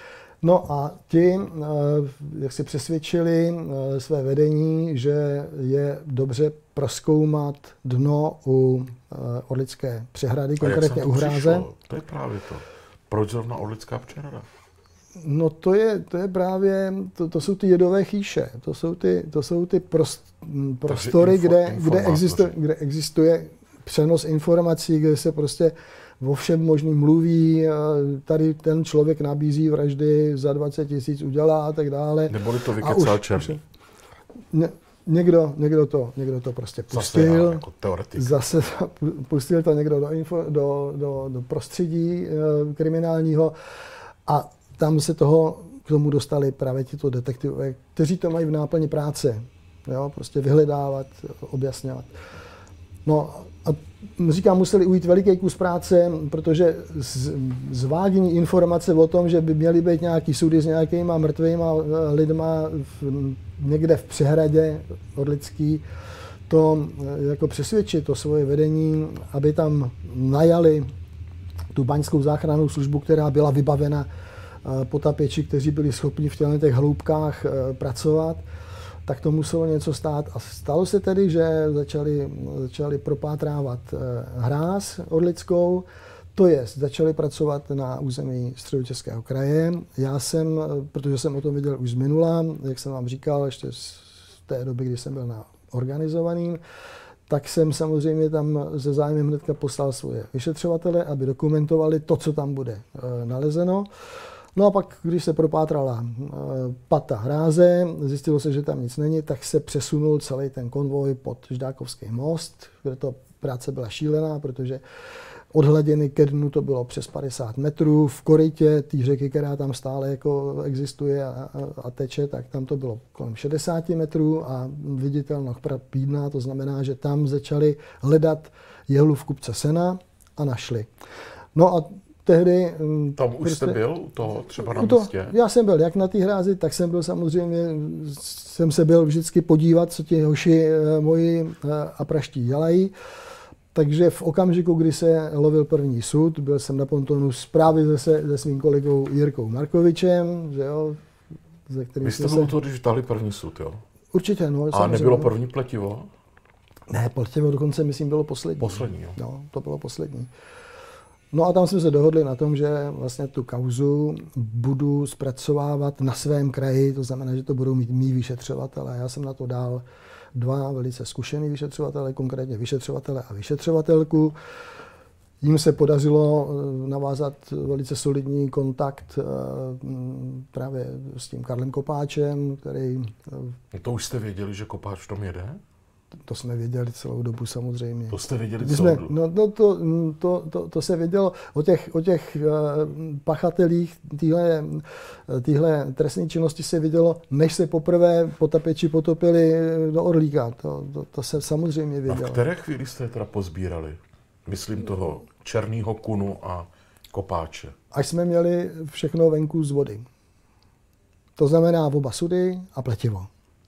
S2: No a ti, jak si přesvědčili své vedení, že je dobře prozkoumat dno u Orlické přehrady, konkrétně u Hráze.
S1: To je právě to. Proč zrovna Orlická přehrada?
S2: No to je, to je právě, to, to jsou ty jedové chýše, to jsou ty, to jsou ty prost, prostory, info, kde, kde, existuje, kde existuje přenos informací, kde se prostě o všem možným mluví, tady ten člověk nabízí vraždy, za dvacet tisíc udělá a tak dále.
S1: Neboli to vykecal Černý.
S2: Ne, někdo, někdo, to, někdo to prostě pustil.
S1: Zase, jako teoretik.
S2: Zase pustil to někdo do, info, do, do, do prostředí e, kriminálního a tam se toho k tomu dostali právě tito detektivové, kteří to mají v náplni práce. Jo, prostě vyhledávat, objasňovat. No a říkám, museli ujít veliký kus práce, protože z, zvádění informace o tom, že by měly být nějaký soudy s nějakýma mrtvýma lidma v, někde v přehradě Orlický, to jako přesvědčit to svoje vedení, aby tam najali tu baňskou záchrannou službu, která byla vybavena potapeči, kteří byli schopni v těch hloubkách pracovat, tak to muselo něco stát. A stalo se tedy, že začali, začali propátrávat hráz Orlickou, to je, začali pracovat na území Středočeského kraje. Já jsem, protože jsem o tom viděl už z minula, jak jsem vám říkal, ještě z té doby, kdy jsem byl na organizovaným, tak jsem samozřejmě tam se zájmem hnedka poslal svoje vyšetřovatele, aby dokumentovali to, co tam bude nalezeno. No a pak, když se propátrala pata hráze, zjistilo se, že tam nic není, tak se přesunul celý ten konvoj pod Ždákovský most, kde to práce byla šílená, protože od hladiny ke dnu to bylo přes padesát metrů, v korytě té řeky, která tam stále jako existuje a, a, a teče, tak tam to bylo kolem šedesát metrů a viditelnost pídná, to znamená, že tam začali hledat jehlu v kupce sena a našli. No a tehdy...
S1: Tam už prostě, jste byl u toho třeba na
S2: to,
S1: místě?
S2: Já jsem byl jak na té hrázi, tak jsem byl samozřejmě, jsem se byl vždycky podívat, co ti hoši moji a praští dělají. Takže v okamžiku, kdy se lovil první sud, byl jsem na pontonu právě zase se svým kolegou Jirkou Markovičem, že jo, ze kterým
S1: Vy jste byl to, když dali první sud, jo?
S2: Určitě, no.
S1: A nebylo první pletivo?
S2: Ne, pletivo dokonce, myslím, bylo poslední.
S1: Poslední, jo.
S2: No, to bylo poslední. No a tam jsme se dohodli na tom, že vlastně tu kauzu budu zpracovávat na svém kraji, to znamená, že to budou mít mý vyšetřovatelé. Já jsem na to dal dva velice zkušený vyšetřovatele, konkrétně vyšetřovatele a vyšetřovatelku. Jím se podařilo navázat velice solidní kontakt právě s tím Karlem Kopáčem, který...
S1: To už jste věděli, že Kopáč v tom jede?
S2: To jsme věděli celou dobu samozřejmě.
S1: To jste věděli
S2: celou
S1: jsme,
S2: dobu? No, no to, to, to, to se vědělo o těch, o těch pachatelích téhle trestné činnosti se vědělo, než se poprvé potapeči potopili do Orlíka. To, to, to se samozřejmě vědělo.
S1: A v které chvíli jste teda pozbírali? Myslím toho Černýho, Kunu a Kopáče.
S2: Až jsme měli všechno venku z vody. To znamená oba sudy a pletivo.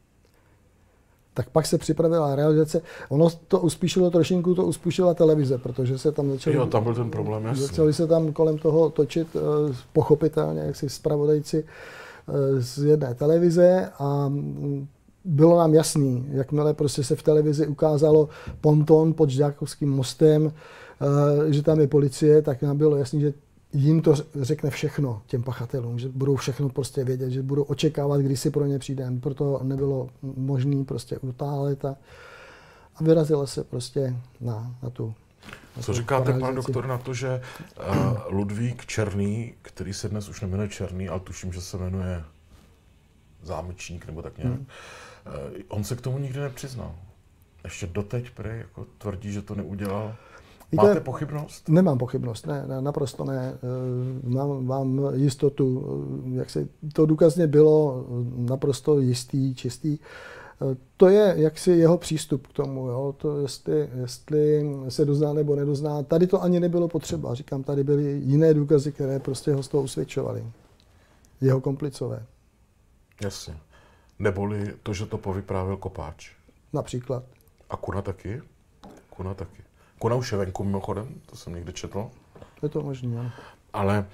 S2: Tak pak se připravila realizace. Ono to uspíšilo trošinku, to uspíšila televize, protože se tam začali...
S1: Jo, tam byl ten problém, jasný.
S2: Začali se tam kolem toho točit pochopitelně, jak si zpravodajci z jedné televize a bylo nám jasný, jakmile prostě se v televizi ukázalo ponton pod Žďákovským mostem, že tam je policie, tak nám bylo jasný, že jim to řekne všechno, těm pachatelům, že budou všechno prostě vědět, že budou očekávat, kdy si pro ně přijde. Proto nebylo možné prostě utálet a, a vyrazilo se prostě na, na tu
S1: Co tu říkáte, pan doktor, na to, že uh, Ludvík Černý, který se dnes už nejmenuje Černý, ale tuším, že se jmenuje Zámečník nebo tak nějak, hmm. uh, on se k tomu nikdy nepřiznal. Ještě doteď prej jako tvrdí, že to neudělal. Máte Víte, pochybnost?
S2: Nemám pochybnost, ne, ne naprosto ne. Mám, mám jistotu, jak se to důkazně bylo naprosto jistý, čistý. To je jaksi jeho přístup k tomu, jo? To jestli, jestli se dozná nebo nedozná. Tady to ani nebylo potřeba. Říkám, tady byly jiné důkazy, které prostě ho z toho usvědčovaly. Jeho komplicové.
S1: Jasně. Neboli to, že to povyprávěl Kopáč.
S2: Například.
S1: A Kuna taky? Kuna taky. Kuna už je venku mimochodem, to jsem někde četl.
S2: Je to možný, ano.
S1: Ale,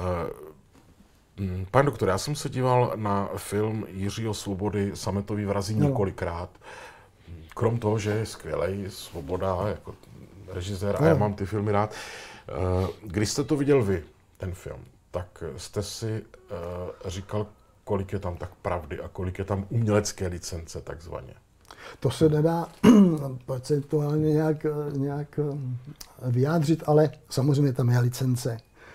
S1: uh, pane doktor, já jsem se díval na film Jiřího Svobody Sametový vrazi no. několikrát. Krom toho, že je skvělej, Svoboda jako režisér no. a já mám ty filmy rád. Uh, když jste to viděl vy, ten film, tak jste si uh, říkal, kolik je tam tak pravdy a kolik je tam umělecké licence takzvaně.
S2: To se nedá procentuálně nějak, nějak vyjádřit, ale samozřejmě tam je licence.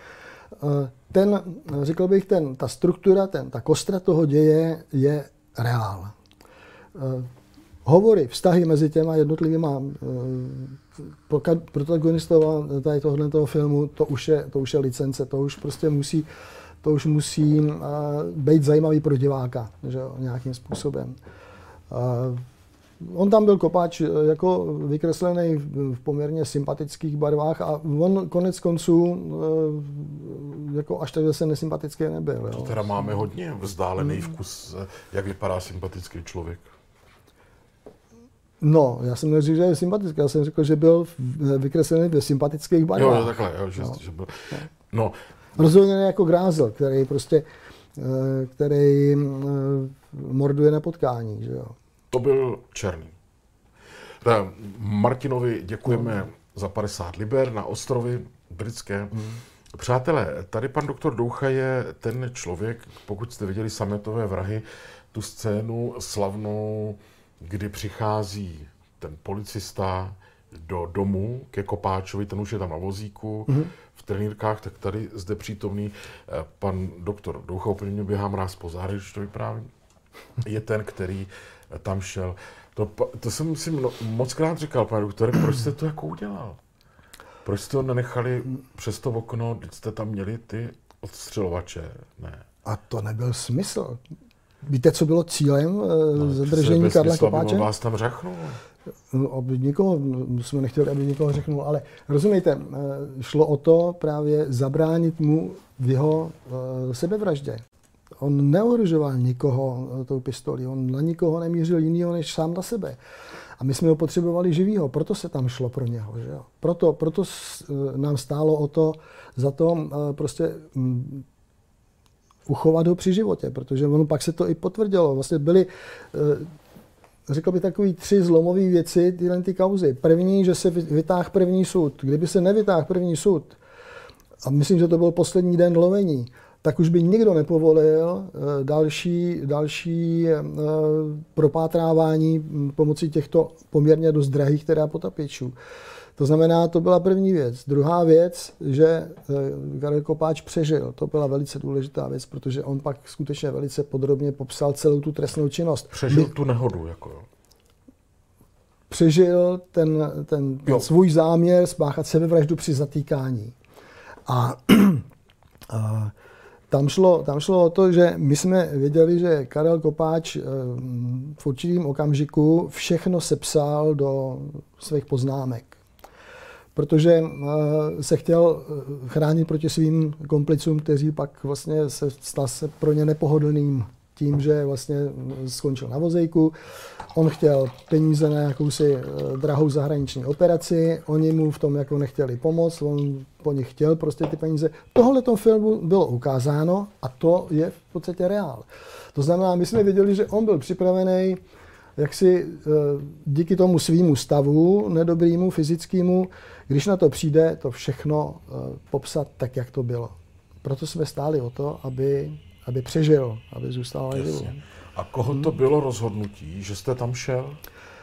S2: Ten, řekl bych, ten, ta struktura, ten, ta kostra toho děje je reál. Hovory, vztahy mezi těma jednotlivýma protagonistova tady tohle toho filmu, to už je, to už je licence, to už prostě musí, to už musí být zajímavý pro diváka, že jo, nějakým způsobem. On tam byl Kopáč jako vykreslený v poměrně sympatických barvách a on konec konců jako až tak zase nesympatický nebyl. Jo.
S1: To teda máme hodně vzdálený vkus, jak vypadá sympatický člověk.
S2: No, já jsem neřekl, že je sympatický, já jsem řekl, že byl vykreslený ve sympatických barvách.
S1: Jo, takhle, jo, že, no. že byl. No.
S2: Rozhodně jako Grázel, který prostě, který morduje na potkání, že jo.
S1: To byl Černý. Tak Martinovi děkujeme no. za padesát liber na ostrovy britské. Hmm. Přátelé, tady pan doktor Doucha je ten člověk, pokud jste viděli Sametové vrahy, tu scénu slavnou, kdy přichází ten policista do domu ke Kopáčovi, ten už je tam na vozíku, hmm. v trenýrkách, tak tady zde přítomný pan doktor Doucha, úplně mě běhá mráz po zády, když to vyprávím, je ten, který tam šel. To, to jsem si mockrát říkal, pane doktore, proč jste to jako udělal? Proč jste ho nenechali přes to okno, když jste tam měli ty odstřelovače? Ne.
S2: A to nebyl smysl. Víte, co bylo cílem no, zadržení Karla Kopáče?
S1: Vás tam řachnul.
S2: No, aby nikoho, jsme nechtěli, aby nikoho řeknul, ale rozumíte, šlo o to právě zabránit mu v jeho sebevraždě. On neohrožoval nikoho tou pistolí, on na nikoho nemířil jinýho než sám na sebe. A my jsme ho potřebovali živýho, proto se tam šlo pro něho. Že jo? Proto, proto nám stálo o to, za to prostě uchovat ho při životě, protože ono pak se to i potvrdilo. Vlastně byly, řekl bych, takový tři zlomové věci, tyhle ty kauzy. První, že se vytáhl první soud. Kdyby se nevytáhl první soud, a myslím, že to byl poslední den lovení, tak už by nikdo nepovolil další, další propátrávání pomocí těchto poměrně dost drahých teda potapičů. To znamená, to byla první věc. Druhá věc, že Karel Kopáč přežil. To byla velice důležitá věc, protože on pak skutečně velice podrobně popsal celou tu trestnou činnost.
S1: Přežil My... tu nehodu, jako jo.
S2: Přežil ten, ten, ten svůj záměr spáchat sebevraždu při zatýkání. A, a Tam šlo, tam šlo o to, že my jsme věděli, že Karel Kopáč v určitém okamžiku všechno sepsal do svých poznámek. Protože se chtěl chránit proti svým komplicům, kteří pak vlastně se stal se pro ně nepohodlným tím, že vlastně skončil na vozejku. On chtěl peníze na jakousi drahou zahraniční operaci, oni mu v tom jako nechtěli pomoct, on po nich chtěl prostě ty peníze. Tohle tom filmu bylo ukázáno a to je v podstatě reál. To znamená, my jsme viděli, že on byl připravený jak si díky tomu svýmu stavu, nedobrýmu, fyzickému, když na to přijde, to všechno popsat tak, jak to bylo. Proto jsme stáli o to, aby, aby přežil, aby zůstal naživu.
S1: A koho to bylo rozhodnutí, že jste tam šel?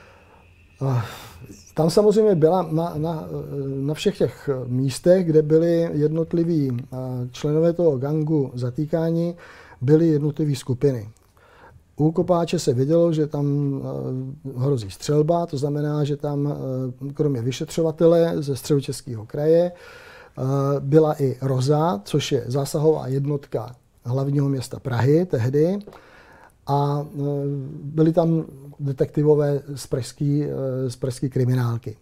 S2: Tam samozřejmě byla na, na, na všech těch místech, kde byli jednotliví členové toho gangu zatýkáni, byly jednotlivé skupiny. U Kopáče se vědělo, že tam hrozí střelba, to znamená, že tam kromě vyšetřovatele ze Středočeského kraje byla i Roza, což je zásahová jednotka hlavního města Prahy tehdy. A byli tam detektivové z pražské, z pražské kriminálky.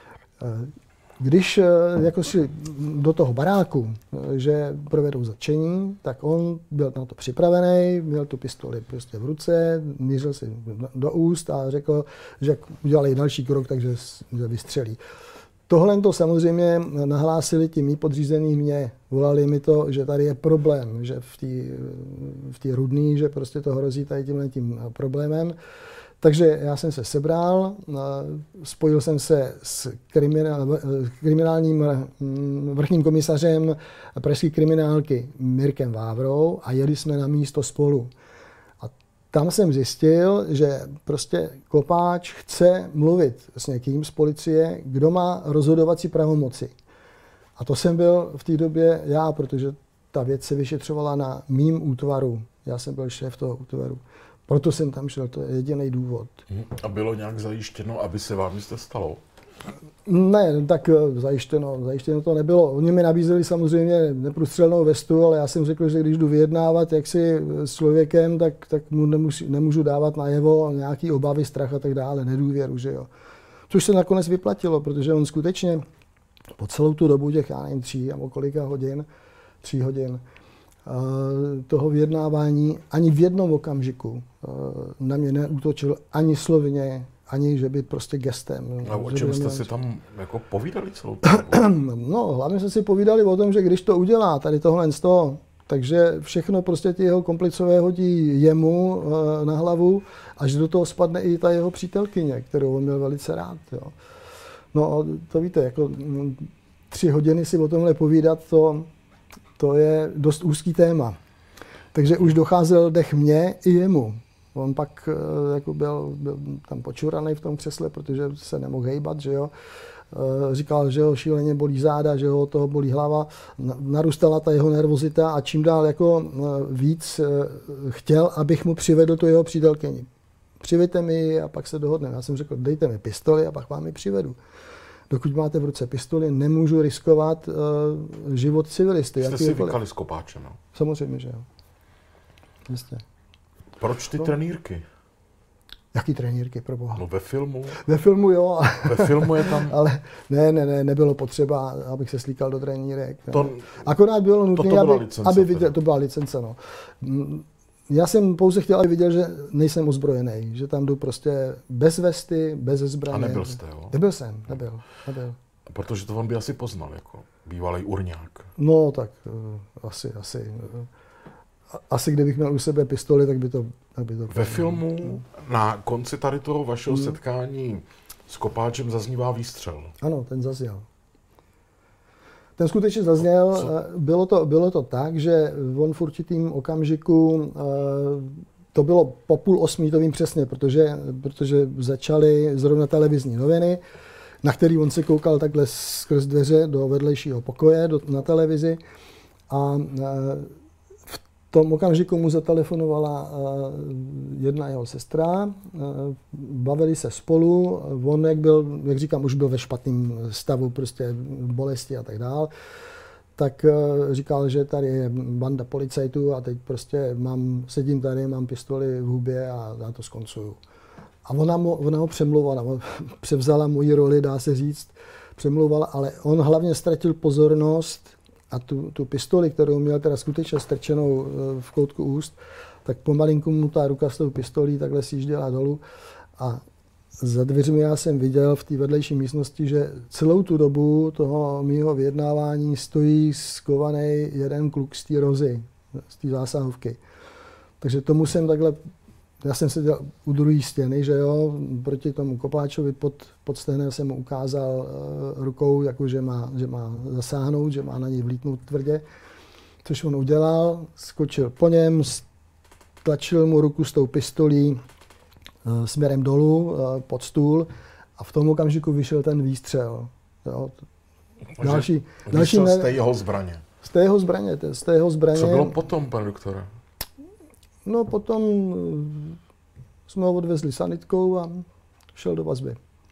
S2: Když jako šli do toho baráku, že provedou zatčení, tak on byl na to připravený, měl tu pistoli prostě v ruce, mířil si do úst a řekl, že udělali další krok, takže vystřelí. Tohle to samozřejmě nahlásili ti mý podřízení mě. Volali mi to, že tady je problém, že v té v té Rudný, že prostě to hrozí tady tímhle tím problémem. Takže já jsem se sebral, spojil jsem se s kriminál, kriminálním vrchním komisařem pražské kriminálky Mirkem Vávrou a jeli jsme na místo spolu. A tam jsem zjistil, že prostě Kopáč chce mluvit s někým z policie, kdo má rozhodovací pravomoci. A to jsem byl v té době já, protože ta věc se vyšetřovala na mým útvaru. Já jsem byl šéf toho útvaru. Proto jsem tam šel, to je jediný důvod.
S1: A bylo nějak zajištěno, aby se vám nic nestalo?
S2: Ne, tak zajištěno, zajištěno to nebylo. Oni mi nabízeli samozřejmě neprůstřelnou vestu, ale já jsem řekl, že když jdu vyjednávat jaksi s člověkem, tak, tak mu nemůžu, nemůžu dávat najevo nějaký obavy, strach a tak dále, nedůvěru, že jo. Což se nakonec vyplatilo, protože on skutečně po celou tu dobu těch, já nevím, tří nebo kolika hodin, tří hodin, toho vyjednávání ani v jednom okamžiku na mě neútočil ani slovně, ani že by prostě gestem.
S1: A o čem jste si tam jako povídali celou
S2: dobu? No, hlavně jsme si povídali o tom, že když to udělá, tady tohle z toho, takže všechno prostě ty jeho komplicové hodí jemu na hlavu, až do toho spadne i ta jeho přítelkyně, kterou on měl velice rád. Jo. No to víte, jako tři hodiny si o tomhle povídat, to To je dost úzký téma. Takže už docházel dech mě i jemu. On pak jako byl, byl tam počuraný v tom křesle, protože se nemohl hejbat, že jo. Říkal, že ho šíleně bolí záda, že ho toho bolí hlava. Narůstala ta jeho nervozita a čím dál jako víc chtěl, abych mu přivedl tu jeho přítelkyni. Přiveďte mi ji a pak se dohodneme. Já jsem řekl, dejte mi pistoli a pak vám ji přivedu. Dokud máte v ruce pistoli, nemůžu riskovat uh, život civilisty.
S1: Jste si vykali s Kopáčem, no?
S2: Samozřejmě, že jo. Jasně.
S1: Proč ty no. trenýrky?
S2: Jaký trenýrky, pro boha?
S1: No ve filmu.
S2: Ve filmu, jo.
S1: Ve filmu je tam...
S2: Ale ne, ne, ne, nebylo potřeba, abych se slíkal do trenýrek.
S1: To,
S2: Akorát bylo nutné,
S1: to,
S2: aby,
S1: licence,
S2: aby viděl, to byla licence, no. Já jsem pouze chtěl, aby viděl, že nejsem ozbrojený, že tam jdu prostě bez vesty, bez zbraně.
S1: A nebyl jste, jo?
S2: Nebyl jsem, nebyl, nebyl.
S1: Protože to on by asi poznal, jako bývalý urňák.
S2: No tak uh, asi, asi. Uh, asi kdybych měl u sebe pistoli, tak by to... Tak by to
S1: Ve filmu no. na konci tady toho vašeho hmm. setkání s Kopáčem zaznívá výstřel.
S2: Ano, ten zazněl. Ten skutečně zazněl, bylo to, bylo to tak, že on v určitým okamžiku, to bylo po půl osmí, to vím přesně, protože, protože začaly zrovna televizní noviny, na který on se koukal takhle skrz dveře do vedlejšího pokoje do, na televizi a v tom okamžiku mu zatelefonovala jedna jeho sestra, bavili se spolu, on, jak byl, jak říkám, už byl ve špatném stavu, prostě bolesti a tak dál, tak říkal, že tady je banda policajtů a teď prostě mám, sedím tady, mám pistoli v hubě a já to skoncuju. A ona, mu, ona ho přemluvala, převzala moji roli, dá se říct, přemluvala, ale on hlavně ztratil pozornost a tu, tu pistoli, kterou měl teda skutečně strčenou v koutku úst, tak pomalinku mu ta ruka s tou pistolí takhle sjížděla dolů a za dveřmi já jsem viděl v té vedlejší místnosti, že celou tu dobu toho mýho vyjednávání stojí skovaný jeden kluk z té rozy, z té zásahovky. Takže tomu jsem takhle, já jsem seděl u druhé stěny, že jo, proti tomu Kopáčovi pod, pod stehnem jsem mu ukázal uh, rukou, jako že má, že má zasáhnout, že má na něj vlítnout tvrdě, což on udělal, skočil po něm, tlačil mu ruku s tou pistolí směrem dolů pod stůl a v tom okamžiku vyšel ten výstřel. Jo.
S1: Další, další ne... z té jeho zbraně.
S2: Z té jeho zbraně, z té jeho zbraně.
S1: Co bylo potom, pane doktore?
S2: No potom jsme ho odvezli sanitkou a šel do vazby.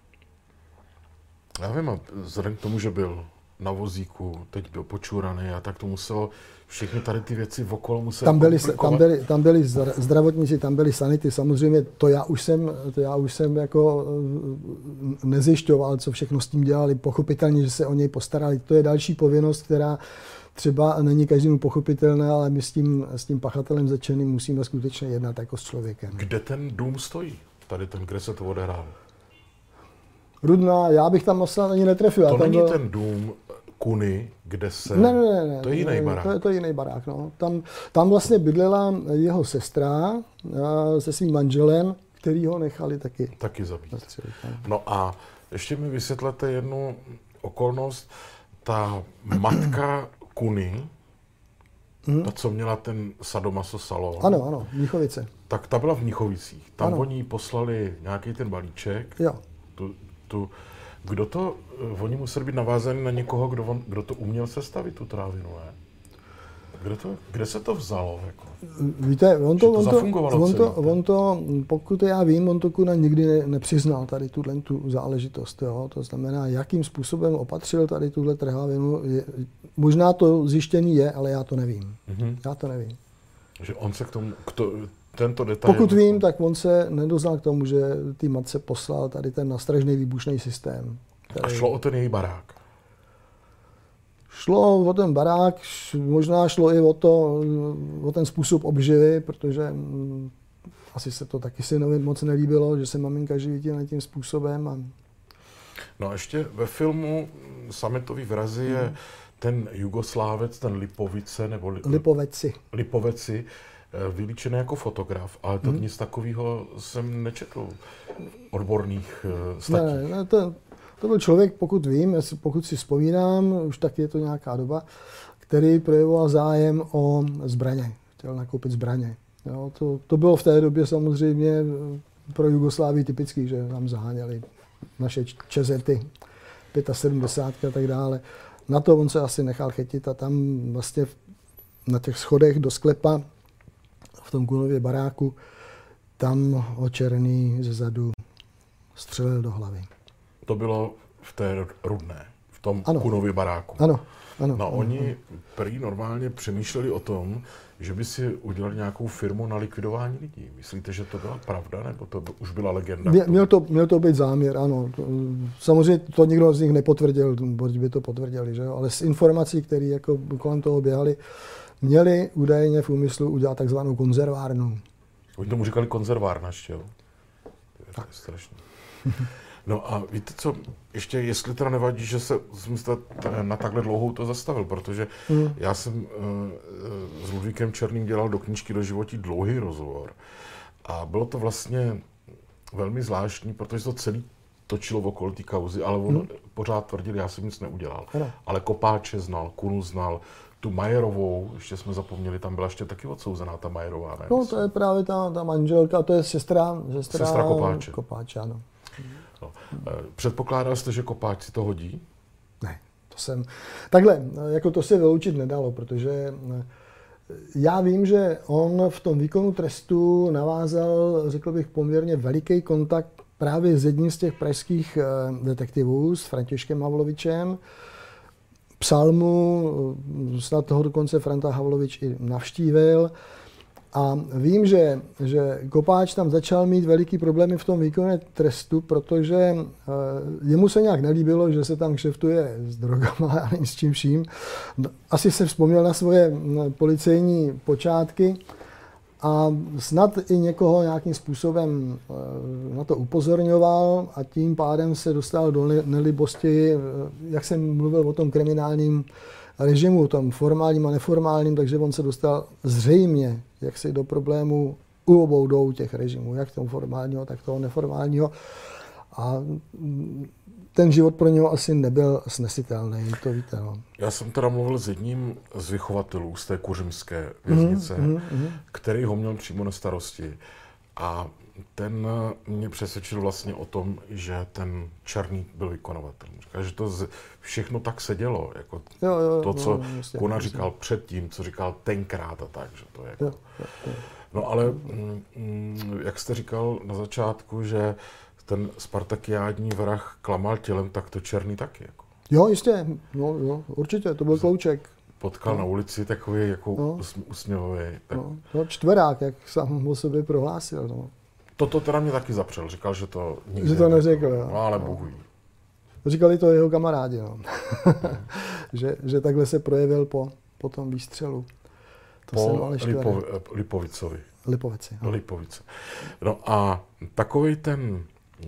S1: Já vím, a vzhledem k tomu, že byl na vozíku, teď byl počuraný a tak to muselo, všechny tady ty věci okolo muselo
S2: tam byli, tam byli, tam byli zdravotníci, tam byli sanity, samozřejmě to já už jsem, to já už jsem jako nezjišťoval, co všechno s tím dělali, pochopitelně, že se o něj postarali, to je další povinnost, která třeba není každému pochopitelná, ale my s tím, s tím pachatelem začeným musíme skutečně jednat jako s člověkem.
S1: Kde ten dům stojí? Tady ten, kde se to odehrálo?
S2: Rudná, já bych tam asi ani netrefil.
S1: To
S2: tam
S1: není
S2: byl...
S1: ten dům Kuny, kde se...
S2: Ne, ne, ne.
S1: To je jiný barák.
S2: To je to jiný barák, no. Tam, tam vlastně bydlela jeho sestra se svým manželem, který ho nechali taky.
S1: Taky zabít. No a ještě mi vysvětlete jednu okolnost. Ta matka Kuny, hmm. ta, co měla ten sadomaso salon.
S2: Ano, ano, Mnichovice.
S1: Tak ta byla v Mnichovicích. Tam
S2: ano.
S1: Oni poslali nějaký ten balíček.
S2: Jo.
S1: Tu, tu, kdo to, oni museli být navázaní na někoho, kdo, on, kdo to uměl sestavit, tu trávinu, ne? Kde, to, kde se to vzalo? Jako?
S2: Víte, on to,
S1: to,
S2: on, to, on, to,
S1: celý,
S2: on to, pokud já vím, on to Kuna nikdy ne, nepřiznal tady tuhle tu záležitost. Jo? To znamená, jakým způsobem opatřil tady tuhle trávinu. Je, možná to zjištění je, ale já to nevím. Mm-hmm. Já to nevím.
S1: Že on se k tomu, k to, tento detail...
S2: Pokud vím, tak on se nedoznal k tomu, že té matce poslal tady ten nastražný výbušný systém.
S1: Který... A šlo o ten její barák?
S2: Šlo o ten barák, možná šlo i o, to, o ten způsob obživy, protože asi se to taky synovi moc nelíbilo, že se maminka živítila tím způsobem. A...
S1: No a ještě ve filmu Sametový vrazy je hmm. ten Jugoslávec, ten Lipovice, nebo li,
S2: Lipoveci.
S1: Lipoveci, vylíčený jako fotograf, ale to hmm. nic takového jsem nečetl odborných statích.
S2: Ne, ne, to, to byl člověk, pokud vím, pokud si vzpomínám, už taky je to nějaká doba, který projevoval zájem o zbraně, chtěl nakoupit zbraně. Jo, to, to bylo v té době samozřejmě pro Jugoslávii typický, že tam zaháněli naše čezety, sedmdesát pět a tak dále. Na to on se asi nechal chytit a tam vlastně na těch schodech do sklepa v tom Kunově baráku, tam ho Černý zezadu střelil do hlavy.
S1: To bylo v té Rudné, v tom
S2: ano.
S1: Kunově baráku.
S2: Ano. Ano,
S1: no
S2: ano,
S1: oni
S2: ano.
S1: prý normálně přemýšleli o tom, že by si udělali nějakou firmu na likvidování lidí. Myslíte, že to byla pravda, nebo to už byla legenda?
S2: Mě, měl, to, měl to být záměr, ano. Samozřejmě to nikdo z nich nepotvrdil, protože by to potvrdili, že jo? Ale z informací, které jako kolem toho běhaly, měli údajně v úmyslu udělat takzvanou konzervárnu.
S1: Oni tomu říkali konzervárna ještě, jo? To je strašné. No a víte co, ještě jestli teda nevadí, že se jsme na takhle dlouhou to zastavil, protože hmm. já jsem uh, s Ludvíkem Černým dělal do knížky Do životí dlouhý rozhovor a bylo to vlastně velmi zvláštní, protože to celý točilo okolo té kauzy, ale on hmm. pořád tvrdil, já jsem nic neudělal. Hmm. Ale Kopáče znal, Kunu znal, tu Majerovou, ještě jsme zapomněli, tam byla ještě taky odsouzená ta Majerová, ne?
S2: No to je právě ta, ta manželka, to je sestra, sestra,
S1: sestra Kopáče.
S2: Kopáče, ano.
S1: No. Předpokládal jste, že Kopáč si to hodí?
S2: Ne, to jsem... Takhle, jako to se vyloučit nedalo, protože já vím, že on v tom výkonu trestu navázal, řekl bych, poměrně veliký kontakt právě s jedním z těch pražských detektivů, s Františkem Havlovičem. Psal mu, snad toho dokonce Franta Havlovič i navštívil. A vím, že, že Kopáč tam začal mít veliký problémy v tom výkonu trestu, protože jemu se nějak nelíbilo, že se tam kšeftuje s drogama a s čím vším. Asi se vzpomněl na svoje policejní počátky a snad i někoho nějakým způsobem na to upozorňoval a tím pádem se dostal do nelibosti, jak jsem mluvil o tom kriminálním režimu, tom formálním a neformálním, takže on se dostal zřejmě jaksi do problému u obou dvou těch režimů, jak toho formálního, tak toho neformálního. A ten život pro něho asi nebyl snesitelný, to víte. No.
S1: Já jsem teda mluvil s jedním z vychovatelů z té kuřimské věznice, mm, mm, mm. který ho měl přímo na starosti. A ten mě přesvědčil vlastně o tom, že ten Černý byl vykonavatel. Říkal, že to z, všechno tak se dělo, jako jo, jo, to, co no, jasně, Kuna říkal předtím, co říkal tenkrát a tak, že to je jako... Jo, jo, jo. No ale, mm, jak jste říkal na začátku, že ten spartakiádní vrah klamal tělem, tak to Černý taky, jako.
S2: Jo, jistě, no, jo, určitě, to byl klouček.
S1: Potkal no. na ulici takový jako no. usměvavý. Tak...
S2: No, no, čtverák, jak sám o sobě prohlásil. No.
S1: Toto teda mě taky zapřel, říkal, že to nikdy
S2: Že to neřekl, jo.
S1: No, ale
S2: no.
S1: bohu ví.
S2: Říkali to jeho kamarádi, no. že, že takhle se projevil po, po tom výstřelu. To
S1: po Lipo, Lipovicovi.
S2: Lipovici.
S1: No. Lipovice. No a takovej ten...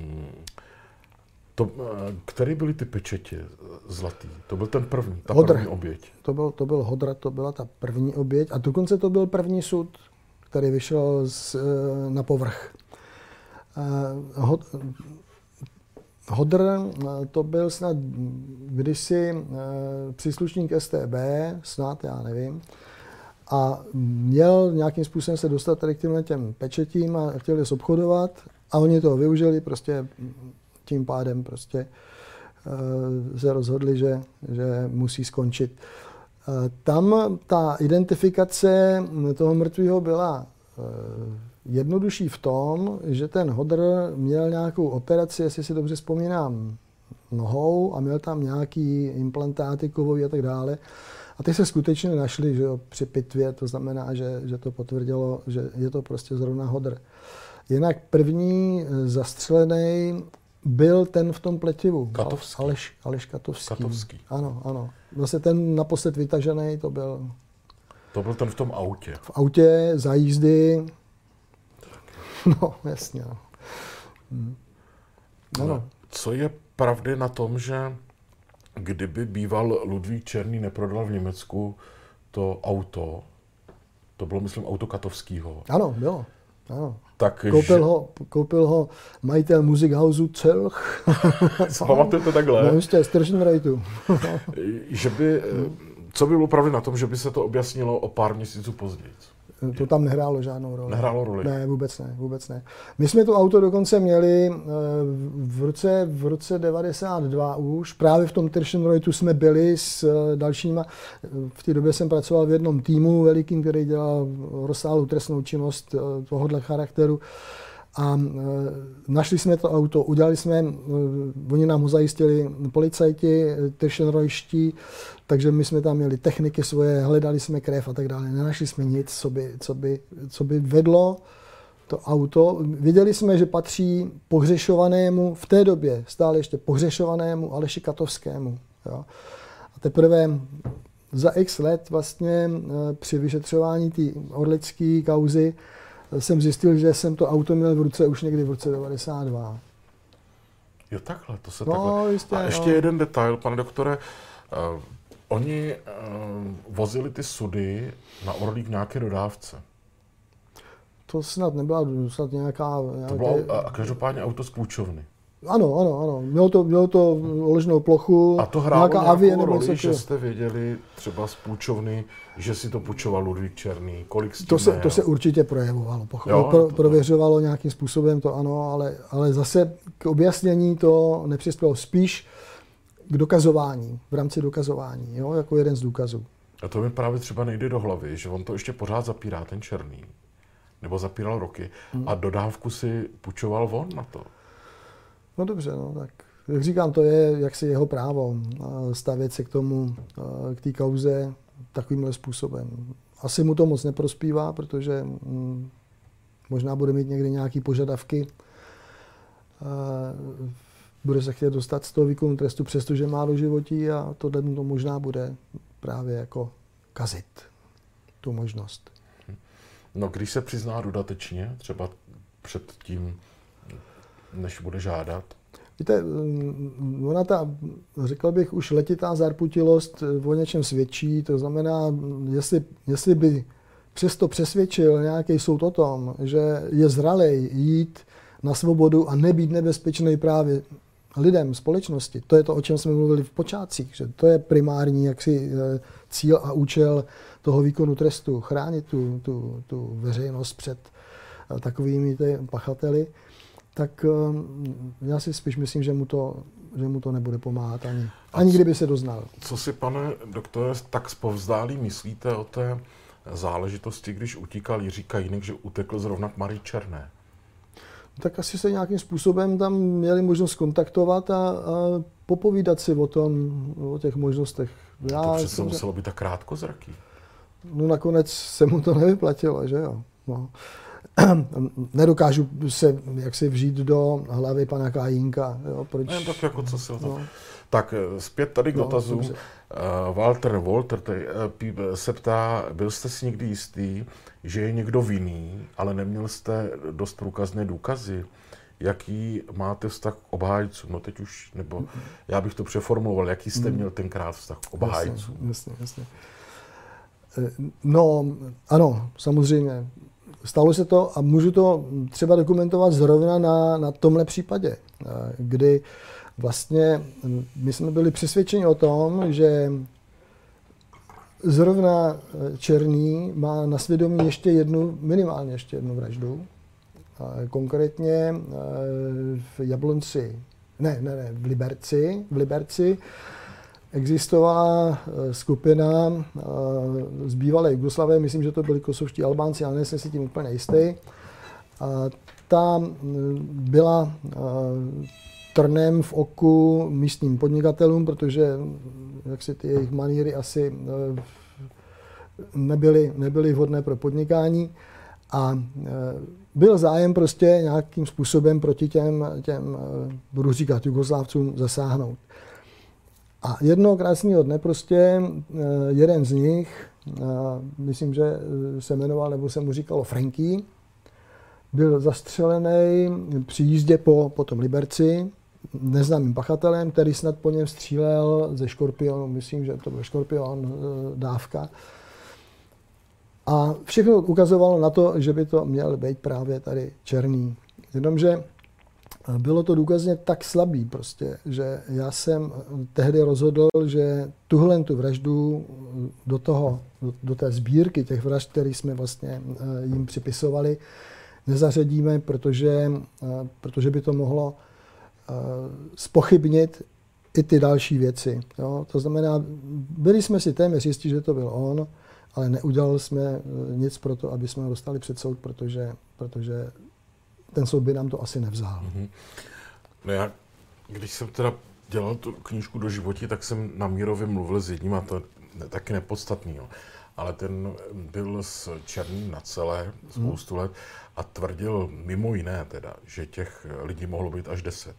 S1: To, který byly ty pečetě zlatý? To byl ten první, ta
S2: Hodr.
S1: první oběť.
S2: To byl, to byl Hodr, to byla ta první oběť a dokonce to byl první sud, který vyšel z, na povrch. Hod, Hodr to byl snad kdysi příslušník S T B, snad, já nevím, a měl nějakým způsobem se dostat tady k těm, těm pečetím a chtěli se obchodovat a oni to využili, prostě tím pádem prostě se rozhodli, že, že musí skončit. Tam ta identifikace toho mrtvého byla jednodušší v tom, že ten Hodr měl nějakou operaci, jestli si dobře vzpomínám, nohou a měl tam nějaký implantáty kovový a tak dále. A ty se skutečně našli, že jo, při pitvě, to znamená, že, že to potvrdilo, že je to prostě zrovna Hodr. Jinak první zastřelený byl ten v tom pletivu.
S1: Katovský.
S2: Aleš, Aleš Katovský.
S1: Katovský.
S2: Ano, ano. Vlastně ten naposled vytažený, to byl...
S1: To byl ten v tom autě.
S2: V autě, za jízdy. No, jasně. No. Hm.
S1: Ano. Co je pravdy na tom, že kdyby býval Ludvík Černý neprodal v Německu to auto, to bylo, myslím, auto Katovskýho.
S2: Ano, bylo. Ano.
S1: Tak,
S2: koupil,
S1: že...
S2: ho, koupil ho majitel Musikhauseu Celch.
S1: Pamatujete takhle?
S2: No jistě, z Tršenreutu.
S1: Že by, co by bylo pravdy na tom, že by se to objasnilo o pár měsíců později?
S2: To tam nehrálo žádnou roli.
S1: Nehrálo roli?
S2: Ne, vůbec ne, vůbec ne. My jsme to auto dokonce měli v roce, v roce devadesát dva už, právě v tom Tirschenreutu jsme byli s dalšíma. V té době jsem pracoval v jednom týmu velikým, který dělal rozsáhlou trestnou činnost tohohle charakteru. A našli jsme to auto, udělali jsme, oni nám ho zajistili policajti, Tirschenreutští, takže my jsme tam měli techniky svoje, hledali jsme krev a tak dále. Nenašli jsme nic, co by, co by, co by vedlo to auto. Viděli jsme, že patří pohřešovanému, v té době stále ještě pohřešovanému Aleši Katovskému. Jo. A teprve za x let vlastně při vyšetřování té orlické kauzy jsem zjistil, že jsem to auto měl v ruce už někdy v roce devadesát dva.
S1: Jo, takhle, to se
S2: no,
S1: takhle...
S2: Jistě,
S1: a ještě
S2: no.
S1: jeden detail, pane doktore. Uh, oni uh, vozili ty sudy na Orlík v nějaké dodávce.
S2: To snad nebyla snad nějaká...
S1: To bylo uh, každopádně auto z půjčovny.
S2: Ano, ano, ano. Mělo to, mělo to ložnou plochu,
S1: a to hrálo
S2: nějaká avie nebo
S1: roli, že jste věděli třeba z půjčovny, že si to půjčoval Ludvík Černý, kolik s tím
S2: to se,
S1: nejel.
S2: To se určitě projevovalo, poch-
S1: jo,
S2: pro,
S1: to,
S2: prověřovalo to. Nějakým způsobem, to ano, ale, ale zase k objasnění to nepřispělo, spíš k dokazování, v rámci dokazování, jo, jako jeden z důkazů.
S1: A to mi právě třeba nejde do hlavy, že on to ještě pořád zapírá, ten Černý, nebo zapíral roky, hmm. a dodávku si půjčoval on na to.
S2: No dobře, no tak, jak říkám, to je jaksi jeho právo stavět se k tomu, k té kauze takovýmhle způsobem. asi mu to moc neprospívá, protože hm, možná bude mít někdy nějaké požadavky. Uh, bude se chtět dostat z toho výkonu trestu, přestože má doživotí a to to možná bude právě jako kazit tu možnost.
S1: No, když se přizná dodatečně, třeba před tím, než bude žádat?
S2: Víte, ona ta, řekl bych, už letitá zarputilost o něčem svědčí, to znamená, jestli, jestli by přesto přesvědčil nějaký soud o tom, že je zralej jít na svobodu a nebýt nebezpečný právě lidem, společnosti. To je to, o čem jsme mluvili v počátcích, že to je primární jaksi cíl a účel toho výkonu trestu, chránit tu, tu, tu veřejnost před takovými ty pachateli, tak já si spíš myslím, že mu to, že mu to nebude pomáhat ani, ani kdyby se doznal.
S1: Co si, pane doktore, tak zpovzdálí myslíte o té záležitosti, když utíkal Jiří Kajínek, že utekl zrovna k Marii Černé?
S2: Tak asi se nějakým způsobem tam měli možnost kontaktovat a, a popovídat si o tom, o těch možnostech.
S1: Já, to přece muselo být tak krátkozraký.
S2: No nakonec se mu to nevyplatilo, že jo. No. Nedokážu se jaksi vžít do hlavy pana Kajínka. Jo, proč?
S1: Ne, tak jako co si o tom. No. Tak zpět tady k
S2: no,
S1: dotazu. Uh, Walter Walter tady, uh, se ptá, byl jste si někdy jistý, že je někdo vinný, ale neměl jste dost průkazné důkazy? Jaký máte vztah k obhájcům? No teď už, nebo já bych to přeformuloval, jaký jste měl tenkrát vztah k obhájcům?
S2: Jasně, jasně, jasně. No, ano, samozřejmě. Stalo se to a můžu to třeba dokumentovat zrovna na, na tomhle případě, kdy vlastně my jsme byli přesvědčeni o tom, že zrovna Černý má na svědomí ještě jednu, minimálně ještě jednu vraždu. Konkrétně v Jablonci, ne, ne, ne, v Liberci, v Liberci existovala skupina z bývalé Jugoslavie, myslím, že to byli kosovští Albánci, ale nejsem si tím úplně jistý. Ta byla trnem v oku místním podnikatelům, protože jak si ty jejich maníry asi nebyly, nebyly vhodné pro podnikání. A byl zájem prostě nějakým způsobem proti těm, těm budu říkat, Jugoslávcům zasáhnout. A jednoho krásného dne prostě jeden z nich, myslím, že se jmenoval, nebo se mu říkalo Franky, byl zastřelený při jízdě po, po tom Liberci neznámým pachatelem, který snad po něm střílel ze škorpionu, myslím, že to byl škorpion, dávka. A všechno ukazovalo na to, že by to měl být právě tady Černý. Jenomže bylo to důkazně tak slabý prostě, že já jsem tehdy rozhodl, že tuhle tu vraždu do toho, do, do té sbírky těch vražd, které jsme vlastně jim připisovali, nezařadíme, protože, protože by to mohlo zpochybnit i ty další věci. Jo? To znamená, byli jsme si téměř jistí, že to byl on, ale neudělali jsme nic pro to, aby jsme ho dostali před soud, protože, protože ten soud by nám to asi nevzal. Mm-hmm.
S1: No já, když jsem teda dělal tu knížku Do životí, tak jsem na Mírově mluvil s jedním, a to je taky nepodstatný, jo. Ale ten byl s Černým na celé spoustu mm. let a tvrdil mimo jiné teda, že těch lidí mohlo být až deset.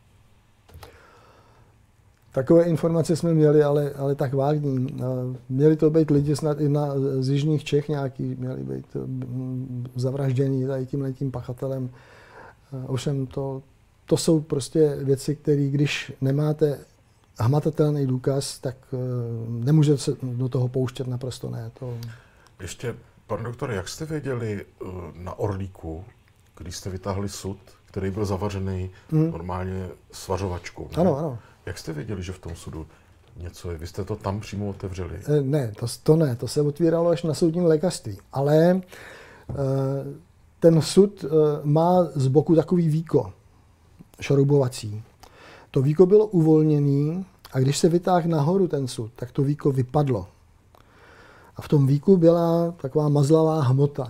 S2: Takové informace jsme měli, ale, ale tak vágní. Měli to být lidi snad i na, z jižních Čech nějaký, měli být zavraždění tady tímhle tím pachatelem. Ovšem to, to jsou prostě věci, které když nemáte hmatatelný důkaz, tak nemůžete se do toho pouštět, naprosto ne. To...
S1: Ještě, pan doktor, jak jste věděli na Orlíku, když jste vytáhli sud, který byl zavařený hmm. normálně svařovačkou? Ne?
S2: Ano, ano.
S1: Jak jste věděli, že v tom sudu něco je? Vy jste to tam přímo otevřeli?
S2: Ne, to, to ne, to se otvíralo až na soudním lékařství. Ale ten sud má z boku takový víko šroubovací. To víko bylo uvolněné a když se vytáhl nahoru ten sud, tak to víko vypadlo. A v tom víku byla taková mazlavá hmota.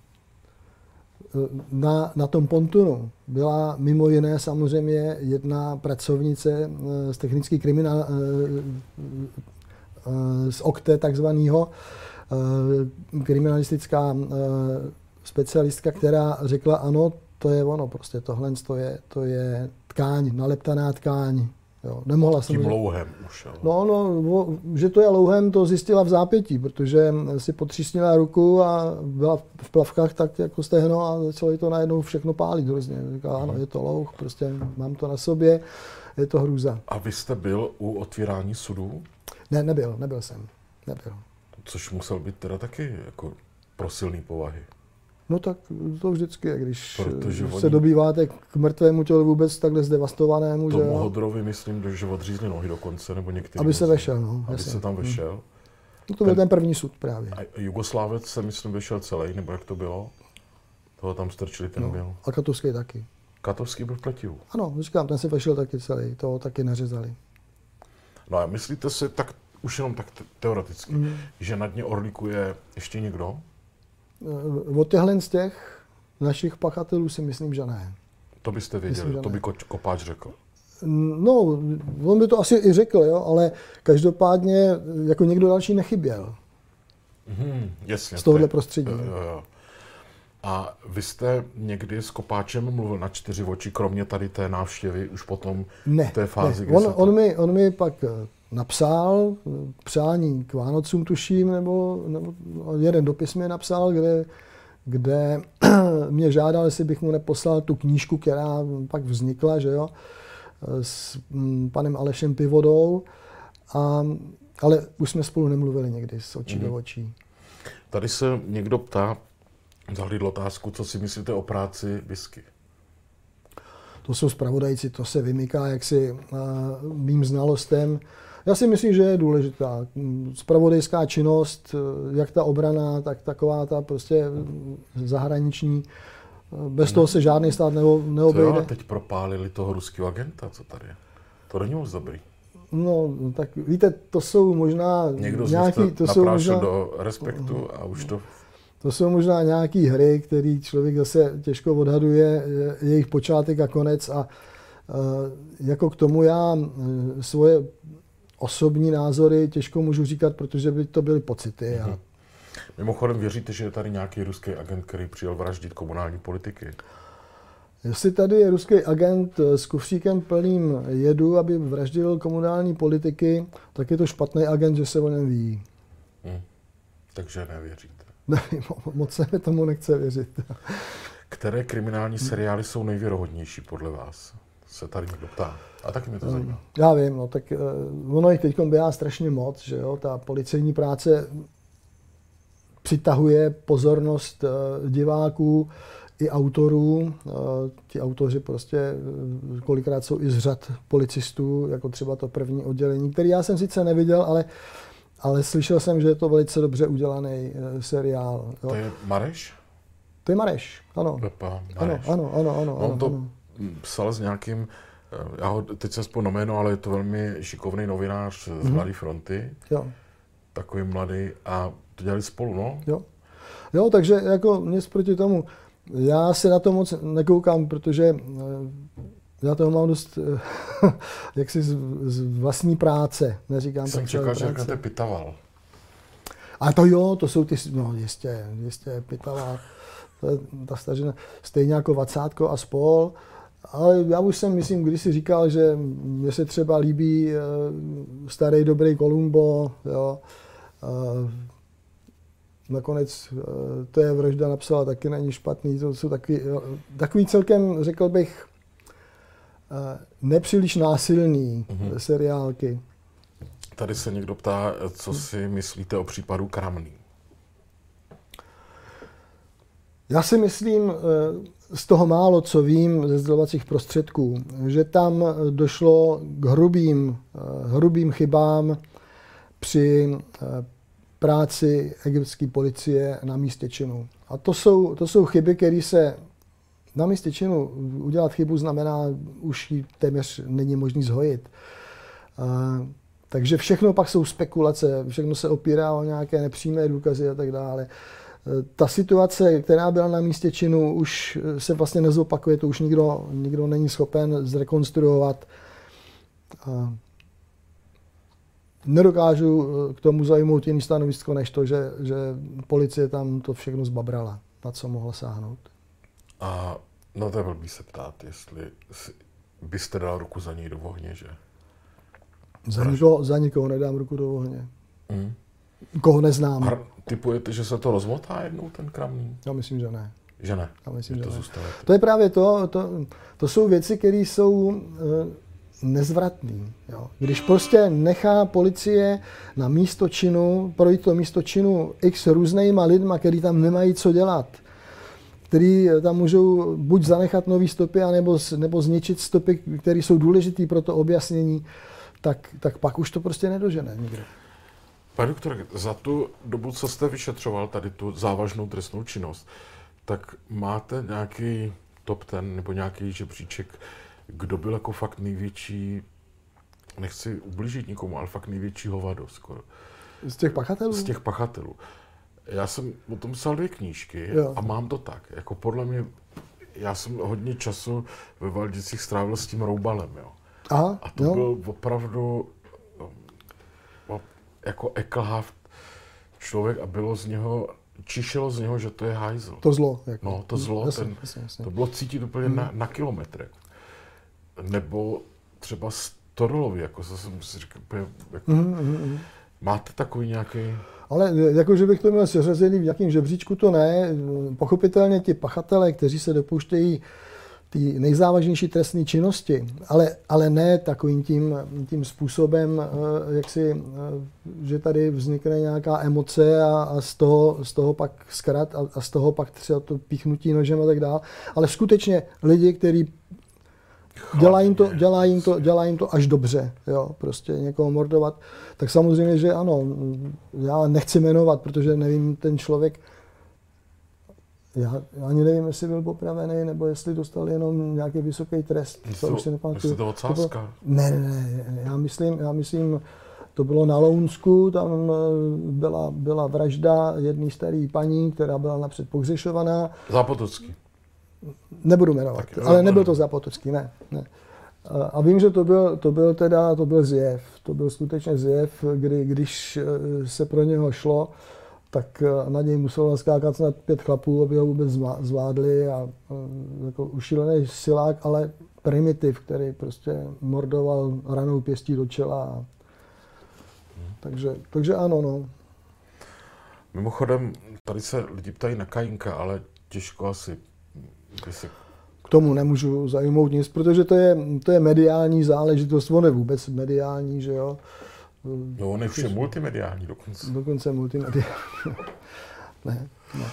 S2: Na, na tom pontunu byla mimo jiné samozřejmě jedna pracovnice z technické kriminál, z okte takzvaného, kriminalistická specialistka, která řekla, ano, to je ono, prostě tohle to je, to je tkáň, naleptaná tkáň. Jo, nemohla jsem...
S1: Tím louhem už. Jo.
S2: No, no, že to je louhem, to zjistila v zápětí, protože si potřísnila ruku a byla v plavkách tak jako stehno a začalo jí to najednou všechno pálit hrozně. Říkala, ano, je to louh, prostě mám to na sobě, je to hrůza.
S1: A vy jste byl u otvírání sudů?
S2: Ne, nebyl, nebyl jsem, nebyl.
S1: Což musel být teda taky jako pro silný povahy.
S2: No tak to vždycky je, když
S1: Protože
S2: se oni... dobýváte k mrtvému tělu vůbec takhle zdevastovanému.
S1: Tomu
S2: že jo?
S1: Hodrovi, myslím, že odřízli nohy dokonce, nebo některý.
S2: Aby se vešel, no.
S1: Aby
S2: jasně.
S1: se tam vešel. Hmm.
S2: No to byl ten, ten první sud právě.
S1: A Jugoslávec se, myslím, vešel celý, nebo jak to bylo? Toho tam strčili, ten
S2: no.
S1: byl.
S2: A Katovský taky.
S1: Katovský byl v pletivu.
S2: Ano, říkám, ten se vešel taky celý, toho taky nařezali.
S1: No a myslíte si, tak už jenom tak teoreticky, mm. že na dně Orlíku je ještě někdo?
S2: Od těchhle z těch našich pachatelů si myslím, že ne.
S1: To byste věděli, myslím, to by Kopáč řekl.
S2: No, on by to asi i řekl, jo, ale každopádně jako někdo další nechyběl.
S1: Mm, jasně.
S2: Z tohohle prostředí.
S1: Jo, jo, jo. A vy jste někdy s Kopáčem mluvil na čtyři oči, kromě tady té návštěvy, už potom
S2: ne,
S1: v té fázi,
S2: ne.
S1: kdy
S2: On,
S1: se to...
S2: on, mi, on mi pak napsal přání k Vánocům, tuším, nebo, nebo jeden dopis mi napsal, kde, kde mě žádal, jestli bych mu neposlal tu knížku, která pak vznikla, že jo, s panem Alešem Pivodou, a, ale už jsme spolu nemluvili někdy z očí mm. do očí.
S1: Tady se někdo ptá, zahlídl otázku, co si myslíte o práci Bisky?
S2: To jsou zpravodajci, to se vymyká jaksi uh, mým znalostem. Já si myslím, že je důležitá. Zpravodajská činnost, jak ta obrana, tak taková ta prostě zahraniční. Bez toho se žádný stát neobejde.
S1: Co jo, teď propálili toho ruského agenta, co tady je. To není moc dobrý.
S2: No, tak víte, to jsou možná
S1: někdo
S2: nějaký...
S1: to
S2: jsou možná,
S1: do Respektu a už to...
S2: To jsou možná nějaký hry, který člověk zase těžko odhaduje, jejich počátek a konec, a jako k tomu já svoje osobní názory těžko můžu říkat, protože by to byly pocity. Mm-hmm. A...
S1: Mimochodem věříte, že je tady nějaký ruský agent, který přijel vraždit komunální politiky?
S2: Jestli tady je ruský agent s kufříkem plným jedu, aby vraždil komunální politiky, tak je to špatný agent, že se o něm ví.
S1: Hmm. Takže nevěříte?
S2: Nevím, moc se mi tomu nechce věřit.
S1: Které kriminální seriály jsou nejvěrohodnější podle vás? Se tady někdo ptá. A taky mě to zajímá.
S2: Já vím, no tak uh, ono jich teď bývá strašně moc, že jo, ta policejní práce přitahuje pozornost uh, diváků i autorů. Uh, ti autoři prostě uh, kolikrát jsou i z řad policistů, jako třeba to první oddělení, který já jsem sice neviděl, ale Ale slyšel jsem, že je to velice dobře udělaný uh, seriál. Jo.
S1: To je Mareš?
S2: To je Mareš, ano.
S1: Pepa,
S2: Mareš. Ano, ano, ano, ano.
S1: On
S2: ano,
S1: to
S2: ano.
S1: psal s nějakým, já ho teď jsem spolu jméno, ale je to velmi šikovný novinář z mm-hmm. Mladé fronty. Jo. Takový mladý, a to dělali spolu, no?
S2: Jo. Jo, takže jako nic proti tomu. Já se na to moc nekoukám, protože já toho mám dost jaksi z, z vlastní práce, neříkám
S1: jsem
S2: tak
S1: čekal, že řeknete Pitaval.
S2: A to jo, to jsou ty, no jistě, jistě Pitaval, to je ta stažena, stejně jako Vacátko a spol. Ale já už jsem, myslím, když si říkal, že mně se třeba líbí starý dobrý Columbo, jo. Nakonec To je vražda napsala, taky není špatný, to jsou takový, takový celkem, řekl bych, nepříliš násilný mm-hmm. seriálky.
S1: Tady se někdo ptá, co si myslíte o případu Kramný.
S2: Já si myslím, z toho málo, co vím ze sdělovacích prostředků, že tam došlo k hrubým, hrubým chybám při práci egyptské policie na místě činu. A to jsou, to jsou chyby, které se na místě činu, udělat chybu znamená, už ji téměř není možný zhojit. A, takže všechno pak jsou spekulace, všechno se opírá o nějaké nepřímé důkazy a tak dále. Ta situace, která byla na místě činu, už se vlastně nezopakuje, to už nikdo, nikdo není schopen zrekonstruovat. A, nedokážu k tomu zajmout jiný stanovisko, než to, že, že policie tam to všechno zbabrala, na co mohla sáhnout.
S1: A no to je blbý se ptát, jestli si, byste dal ruku za něj do ohně, že?
S2: Za nikoho, za nikoho nedám ruku do ohně.
S1: Mm.
S2: Koho neznám.
S1: A typujete, že se to rozmotá jednou ten Kramný?
S2: Já myslím, že ne.
S1: Že ne?
S2: Já myslím,
S1: že
S2: že
S1: to
S2: ne.
S1: zůstane.
S2: To je právě to, to, to jsou věci, které jsou e, nezvratné. Když prostě nechá policie na místo činu, projít to místo činu x různýma lidma, který tam nemají co dělat, který tam můžou buď zanechat nový stopy, anebo, nebo zničit stopy, které jsou důležité pro to objasnění, tak, tak pak už to prostě nedožene nikdo.
S1: Pane doktore, za tu dobu, co jste vyšetřoval tady tu závažnou trestnou činnost, tak máte nějaký top ten nebo nějaký žebříček, kdo byl jako fakt největší, nechci ublížit nikomu, ale fakt největší hovado skoro.
S2: Z těch pachatelů?
S1: Z těch pachatelů. Já jsem o tom psal dvě knížky
S2: jo.
S1: a mám to tak. Jako podle mě, já jsem hodně času ve Valdicích strávil s tím Roubalem, jo.
S2: Aha,
S1: a to
S2: jo.
S1: byl opravdu jako ekelhaft člověk a bylo z něho, čišelo z něho, že to je hajzl.
S2: To zlo. Jako.
S1: No, to zlo,
S2: jasně,
S1: ten,
S2: jasně, jasně.
S1: to bylo cítit úplně hmm. na, na kilometry. Nebo třeba Stodolovi, jako jsem si říkal, jako,
S2: hmm, hmm.
S1: máte takový nějaký...
S2: Ale jako, že bych to měl seřazený v nějakém žebříčku, to ne. Pochopitelně ti pachatelé, kteří se dopouštějí ty nejzávažnější trestné činnosti, ale, ale ne takovým tím, tím způsobem, jak si, že tady vznikne nějaká emoce a, a z, toho, z toho pak zkrat a, a z toho pak třeba to píchnutí nožem a tak dále, ale skutečně lidi, kteří dělají jim to, dělá jim to, dělá jim to až dobře, jo, prostě někoho mordovat, tak samozřejmě, že ano, já nechci jmenovat, protože nevím, ten člověk, Já, já ani nevím, jestli byl popravený, nebo jestli dostal jenom nějaký vysoký trest.
S1: To, to už si nepamatuju. to odsázka?
S2: Ne, ne, ne, já myslím, já myslím, to bylo na Lounsku, tam byla, byla vražda jedné staré paní, která byla napřed pohřešovaná.
S1: Zápotocký.
S2: Nebudu jmenovat,
S1: Taky,
S2: ale nebyl to Zápotocký, ne, ne. A vím, že to byl, to byl teda, to byl zjev, to byl skutečně zjev, kdy, když se pro něho šlo, tak na něj muselo naskákat snad pět chlapů, aby ho vůbec zvládli a jako ušílený silák, ale primitiv, který prostě mordoval ranou pěstí do čela. Hmm. Takže, takže ano, no.
S1: Mimochodem, tady se lidi ptají na Kajínka, ale těžko asi by se...
S2: K tomu nemůžu zajmout nic, protože to je, to je mediální záležitost, on je vůbec mediální, že jo.
S1: No, on je vše multimediální dokonce.
S2: Dokonce multimediální. ne, ne.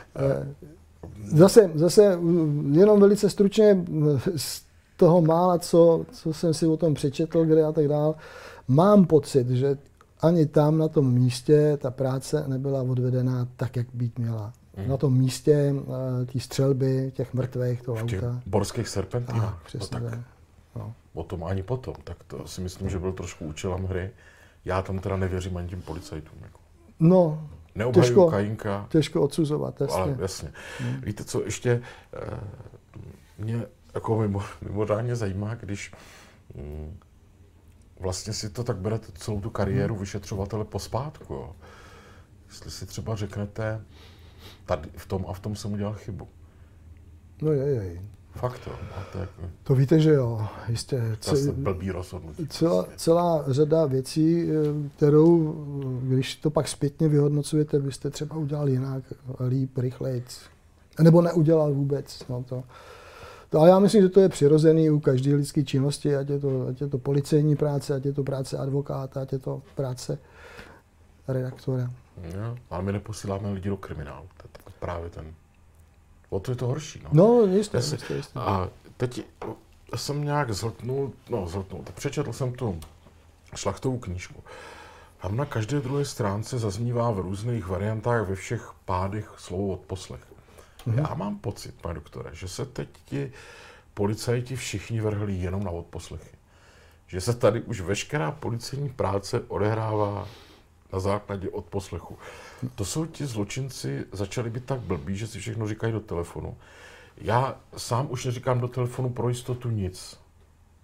S2: Zase, zase jenom velice stručně z toho mála, co, co jsem si o tom přečetl, kde a tak dál, mám pocit, že ani tam na tom místě ta práce nebyla odvedená tak, jak být měla. Hmm. Na tom místě té střelby, těch mrtvých, toho
S1: v těch
S2: auta.
S1: borských serpentinách.
S2: Přesně
S1: no, tak.
S2: No.
S1: O tom ani potom. Tak to si myslím, že byl trošku účelem hry. Já tam teda nevěřím ani těm policajtům. Jako.
S2: No,
S1: neobhajuju Kajínka.
S2: Těžko odsuzovat, jasně.
S1: Ale jasně. Hmm. Víte co, ještě eh, mě jako mimo, mimořádně zajímá, když hm, vlastně si to tak berete celou tu kariéru hmm. vyšetřovatele pospátku. Jo. Jestli si třeba řeknete, tady v tom a v tom jsem udělal chybu.
S2: No je, je.
S1: Fakt jo. To, jako,
S2: to víte, že jo, jistě.
S1: To je blbý rozhodnutí.
S2: Celá, celá řada věcí, kterou, když to pak zpětně vyhodnocujete, byste třeba udělal jinak, líp, rychlejc. Nebo neudělal vůbec. No to. To, ale já myslím, že to je přirozený u každé lidské činnosti, ať je, to, ať je to policejní práce, ať je to práce advokáta, ať je to práce redaktora.
S1: Jo, ale my neposíláme lidi do kriminálu. To je právě ten... O to je to horší. No,
S2: no jistě, jistě, jistě.
S1: A teď jsem nějak zhltnul, no zhltnul, přečetl jsem tu Šlachtovou knížku. Tam na každé druhé stránce zaznívá v různých variantách ve všech pádech slovo odposlech. Mm-hmm. Já mám pocit, pane doktore, že se teď ti policajti všichni vrhli jenom na odposlechy. Že se tady už veškerá policejní práce odehrává na základě odposlechu. To jsou ti zločinci, začali být tak blbí, že si všechno říkají do telefonu. Já sám už neříkám do telefonu pro jistotu nic.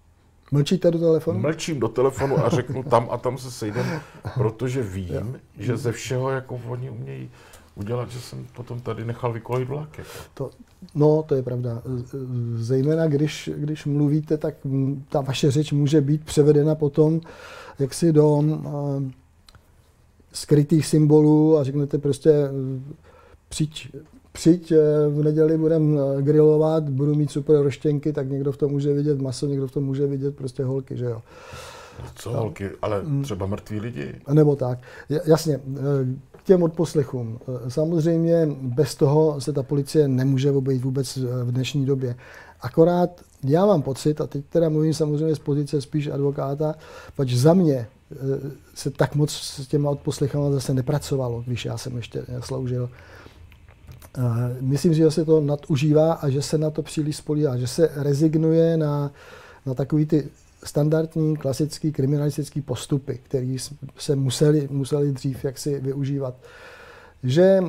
S2: Mlčíte do telefonu?
S1: Mlčím do telefonu a řeknu tam a tam se sejdem, protože vím, jo. že ze všeho jako oni umějí udělat, že jsem potom tady nechal vykolit vlak. Jako.
S2: To, no, to je pravda. Zejména když, když mluvíte, tak ta vaše řeč může být převedena potom jaksi do uh, skrytých symbolů a řeknete prostě přijď, přijď v neděli budem grilovat, budu mít super roštěnky, tak někdo v tom může vidět maso, někdo v tom může vidět prostě holky, že jo.
S1: Co holky, ale třeba mrtví lidi?
S2: Nebo tak. Jasně, k těm odposlechům. Samozřejmě bez toho se ta policie nemůže obejít vůbec v dnešní době. Akorát já mám pocit, a teď teda mluvím samozřejmě z pozice spíš advokáta, pač za mě se tak moc s těma odposlechama zase nepracovalo, když já jsem ještě sloužil. Myslím si, že se to nadužívá a že se na to příliš spolíhá, že se rezignuje na, na takový ty standardní, klasický kriminalistický postupy, které se museli, museli dřív jaksi využívat. Že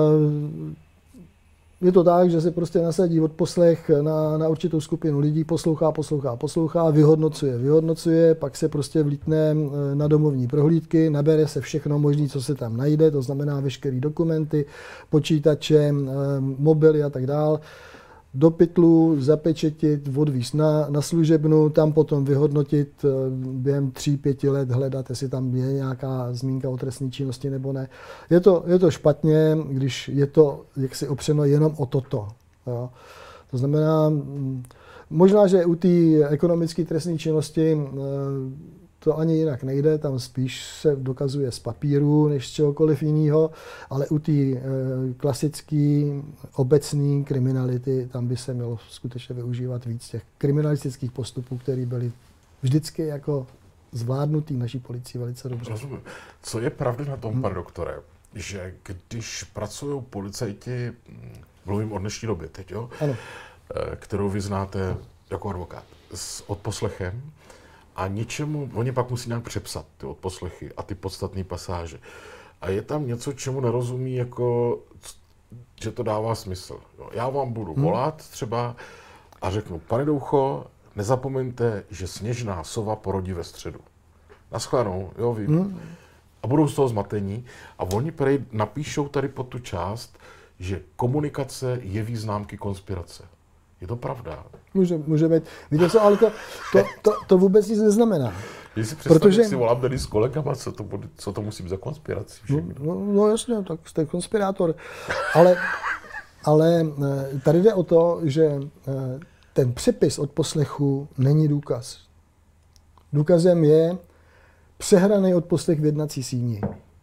S2: je to tak, že se prostě nasadí odposlech na, na určitou skupinu lidí, poslouchá, poslouchá, poslouchá, vyhodnocuje, vyhodnocuje, pak se prostě vlítne na domovní prohlídky, nabere se všechno možné, co se tam najde, to znamená veškeré dokumenty, počítače, mobily a tak dál. Do pytlu, zapečetit, odvízt na, na služebnu, tam potom vyhodnotit během tří, pěti let, hledat, jestli tam je nějaká zmínka o trestné činnosti nebo ne. Je to, je to špatně, když je to jaksi opřeno jenom o toto. Jo. To znamená, možná, že u té ekonomické trestné činnosti to ani jinak nejde, tam spíš se dokazuje z papíru než z čehokoliv jiného, ale u té e, klasické obecné kriminality tam by se mělo skutečně využívat víc těch kriminalistických postupů, které byly vždycky jako zvládnutý naší policii velice dobře.
S1: Rozumím. Co je pravda na tom, hmm. pane doktore, že když pracují policajti, mluvím o dnešní době teď, jo,
S2: ano.
S1: kterou vy znáte ano. jako advokát, s odposlechem, a něčemu, oni pak musí nějak přepsat ty odposlechy a ty podstatné pasáže. A je tam něco, čemu nerozumí, jako, že to dává smysl. Jo, já vám budu hmm. volat třeba a řeknu, pane Doucho, nezapomeňte, že sněžná sova porodí ve středu. Naschledanou, jo, vím. Hmm. A budou z toho zmatení. A oni prej napíšou tady pod tu část, že komunikace jeví známky konspirace. Je to pravda?
S2: Může, může být. Víte co, ale to, to, to, to vůbec nic neznamená.
S1: Když si představím, protože si volám tady s kolegama, co to, co to musí být za konspiraci.
S2: No, no, no jasně, tak jste konspirátor. Ale, ale tady jde o to, že ten přepis od poslechu není důkaz. Důkazem je přehraný odposlech v jednací síni.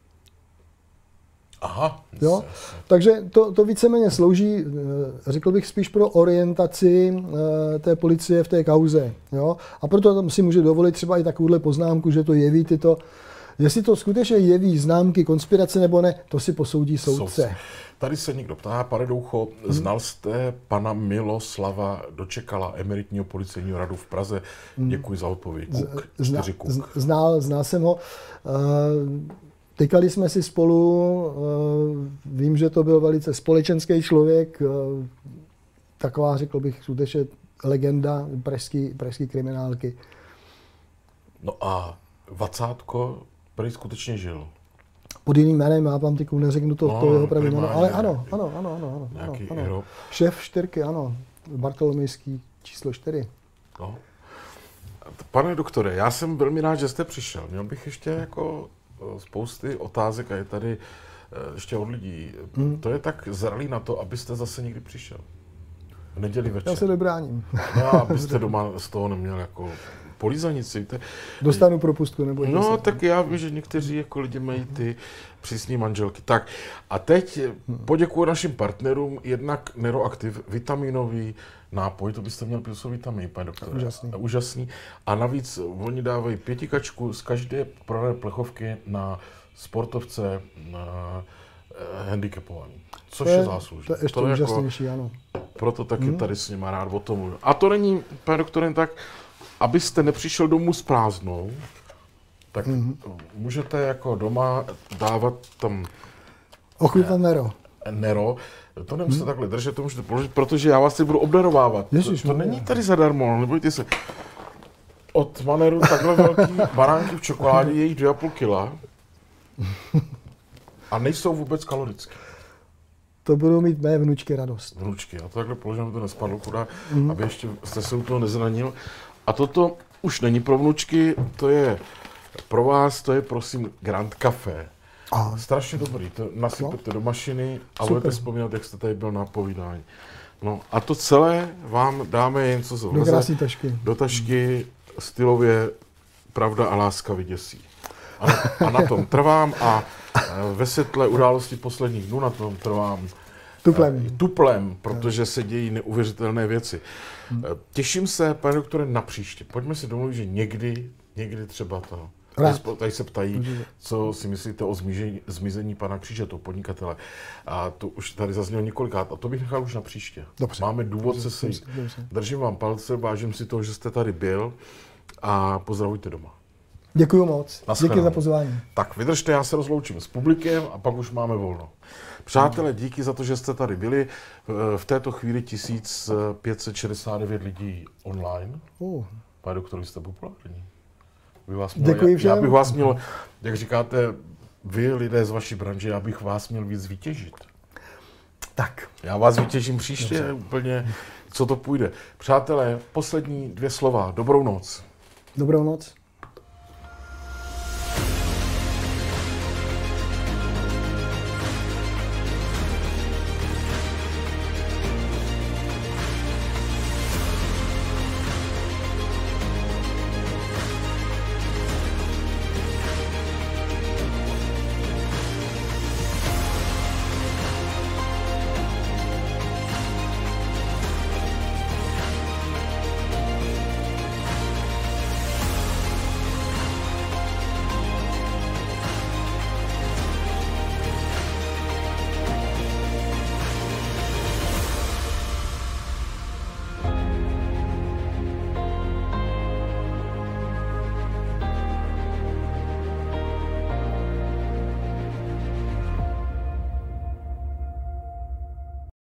S1: Aha.
S2: Jo? Takže to, to víceméně slouží, řekl bych, spíš pro orientaci té policie v té kauze. Jo? A proto tam si může dovolit třeba i takovouhle poznámku, že to jeví tyto, jestli to skutečně jeví známky konspirace nebo ne, to si posoudí soudce.
S1: Tady se někdo ptá, pane Doucho, hmm. znal jste pana Miloslava Dočekala, emeritního policejního radu v Praze? Hmm. Děkuji za odpověď. Kuk,
S2: Zna,
S1: Kuk.
S2: Znal, znal jsem ho. Uh, Tykali jsme si spolu, vím, že to byl velice společenský člověk, taková, řekl bych, skutečně legenda pražský, pražský kriminálky.
S1: No a Vacátko prý skutečně žil?
S2: Pod jiným jménem, já vám tyku neřeknu to,
S1: no,
S2: to jeho pravý jméno, ale ano, ano, ano, ano,
S1: nějaký
S2: ano,
S1: ano.
S2: Šéf čtyřky, ano, Bartolomejský číslo čtyři.
S1: No. Pane doktore, já jsem velmi rád, že jste přišel. Měl bych ještě jako spousty otázek a je tady ještě od lidí. Hmm. To je tak zralý na to, abyste zase někdy přišel. V neděli večer.
S2: Já se nebráním.
S1: No, abyste doma z toho neměl jako polízanici. Víte?
S2: Dostanu propustku nebo
S1: No, se. Tak já vím, že někteří jako lidi mají ty přísné manželky. Tak a teď poděkuji našim partnerům, jednak Neroaktiv, vitaminový nápoj, to byste měl pít vitamin, pane doktore.
S2: Úžasný.
S1: Úžasný. A navíc oni dávají pětikačku z každé prodané plechovky na sportovce na eh, handicapovaný. Což je, je záslužné.
S2: To je ještě to je úžasnější, jako, ano.
S1: Proto taky hmm. tady s nima rád o tom mluvím. A to není, pane doktore, tak, abyste nepřišel domů s prázdnou, tak hmm. můžete jako doma dávat tam...
S2: Ochutnat Nero.
S1: Nero. To nemusíte hmm. takhle držet, to můžete položit, protože já vás si budu obdarovávat.
S2: Ježiš,
S1: to, to není tady zadarmo, nebojte se. od Maneru takhle velký baránky v čokoládě, je jich dvě a půl kila a nejsou vůbec kalorické.
S2: To budou mít mé vnučky radost.
S1: Vnučky, já to takhle položím, aby to nespadlo chudá, mm. aby ještě jste se u toho nezranil. A toto už není pro vnučky, to je pro vás, to je prosím Grand Café.
S2: A.
S1: Strašně dobrý, to nasypete no. do mašiny a
S2: Super.
S1: budete vzpomínat, jak jste tady byl na povídání. No a to celé vám dáme jen co se
S2: do krásné tašky.
S1: Do tašky stylově Pravda a láska vyděsí. A na, a na tom trvám a ve světle události posledních dnů na tom trvám
S2: tuplem,
S1: tuplem protože se dějí neuvěřitelné věci. Hmm. Těším se, pane doktore, na příště. Pojďme si domluvit, že někdy, někdy třeba to. Tady, tady se ptají, co si myslíte o zmizení, zmizení pana Kříže, toho podnikatele. A to už tady zaznělo několikrát. A to bych nechal už na příště.
S2: Dobře.
S1: Máme důvod se sejít. Držím vám palce, vážím si toho, že jste tady byl a pozdravujte doma.
S2: Děkuji moc.
S1: Naschledanou.
S2: Díky za pozvání.
S1: Tak vydržte, já se rozloučím s publikem a pak už máme volno. Přátelé, díky za to, že jste tady byli. V této chvíli tisíc pět set šedesát devět lidí online. Uh. Pane doktor, jste populární. Bych vás měl,
S2: Děkuji všem.
S1: Já bych vás měl, jak říkáte, vy lidé z vaší branže, já bych vás měl víc vytěžit.
S2: Tak.
S1: Já vás vytěžím příště. Dobře. Úplně, co to půjde. Přátelé, poslední dvě slova. Dobrou noc.
S2: Dobrou noc.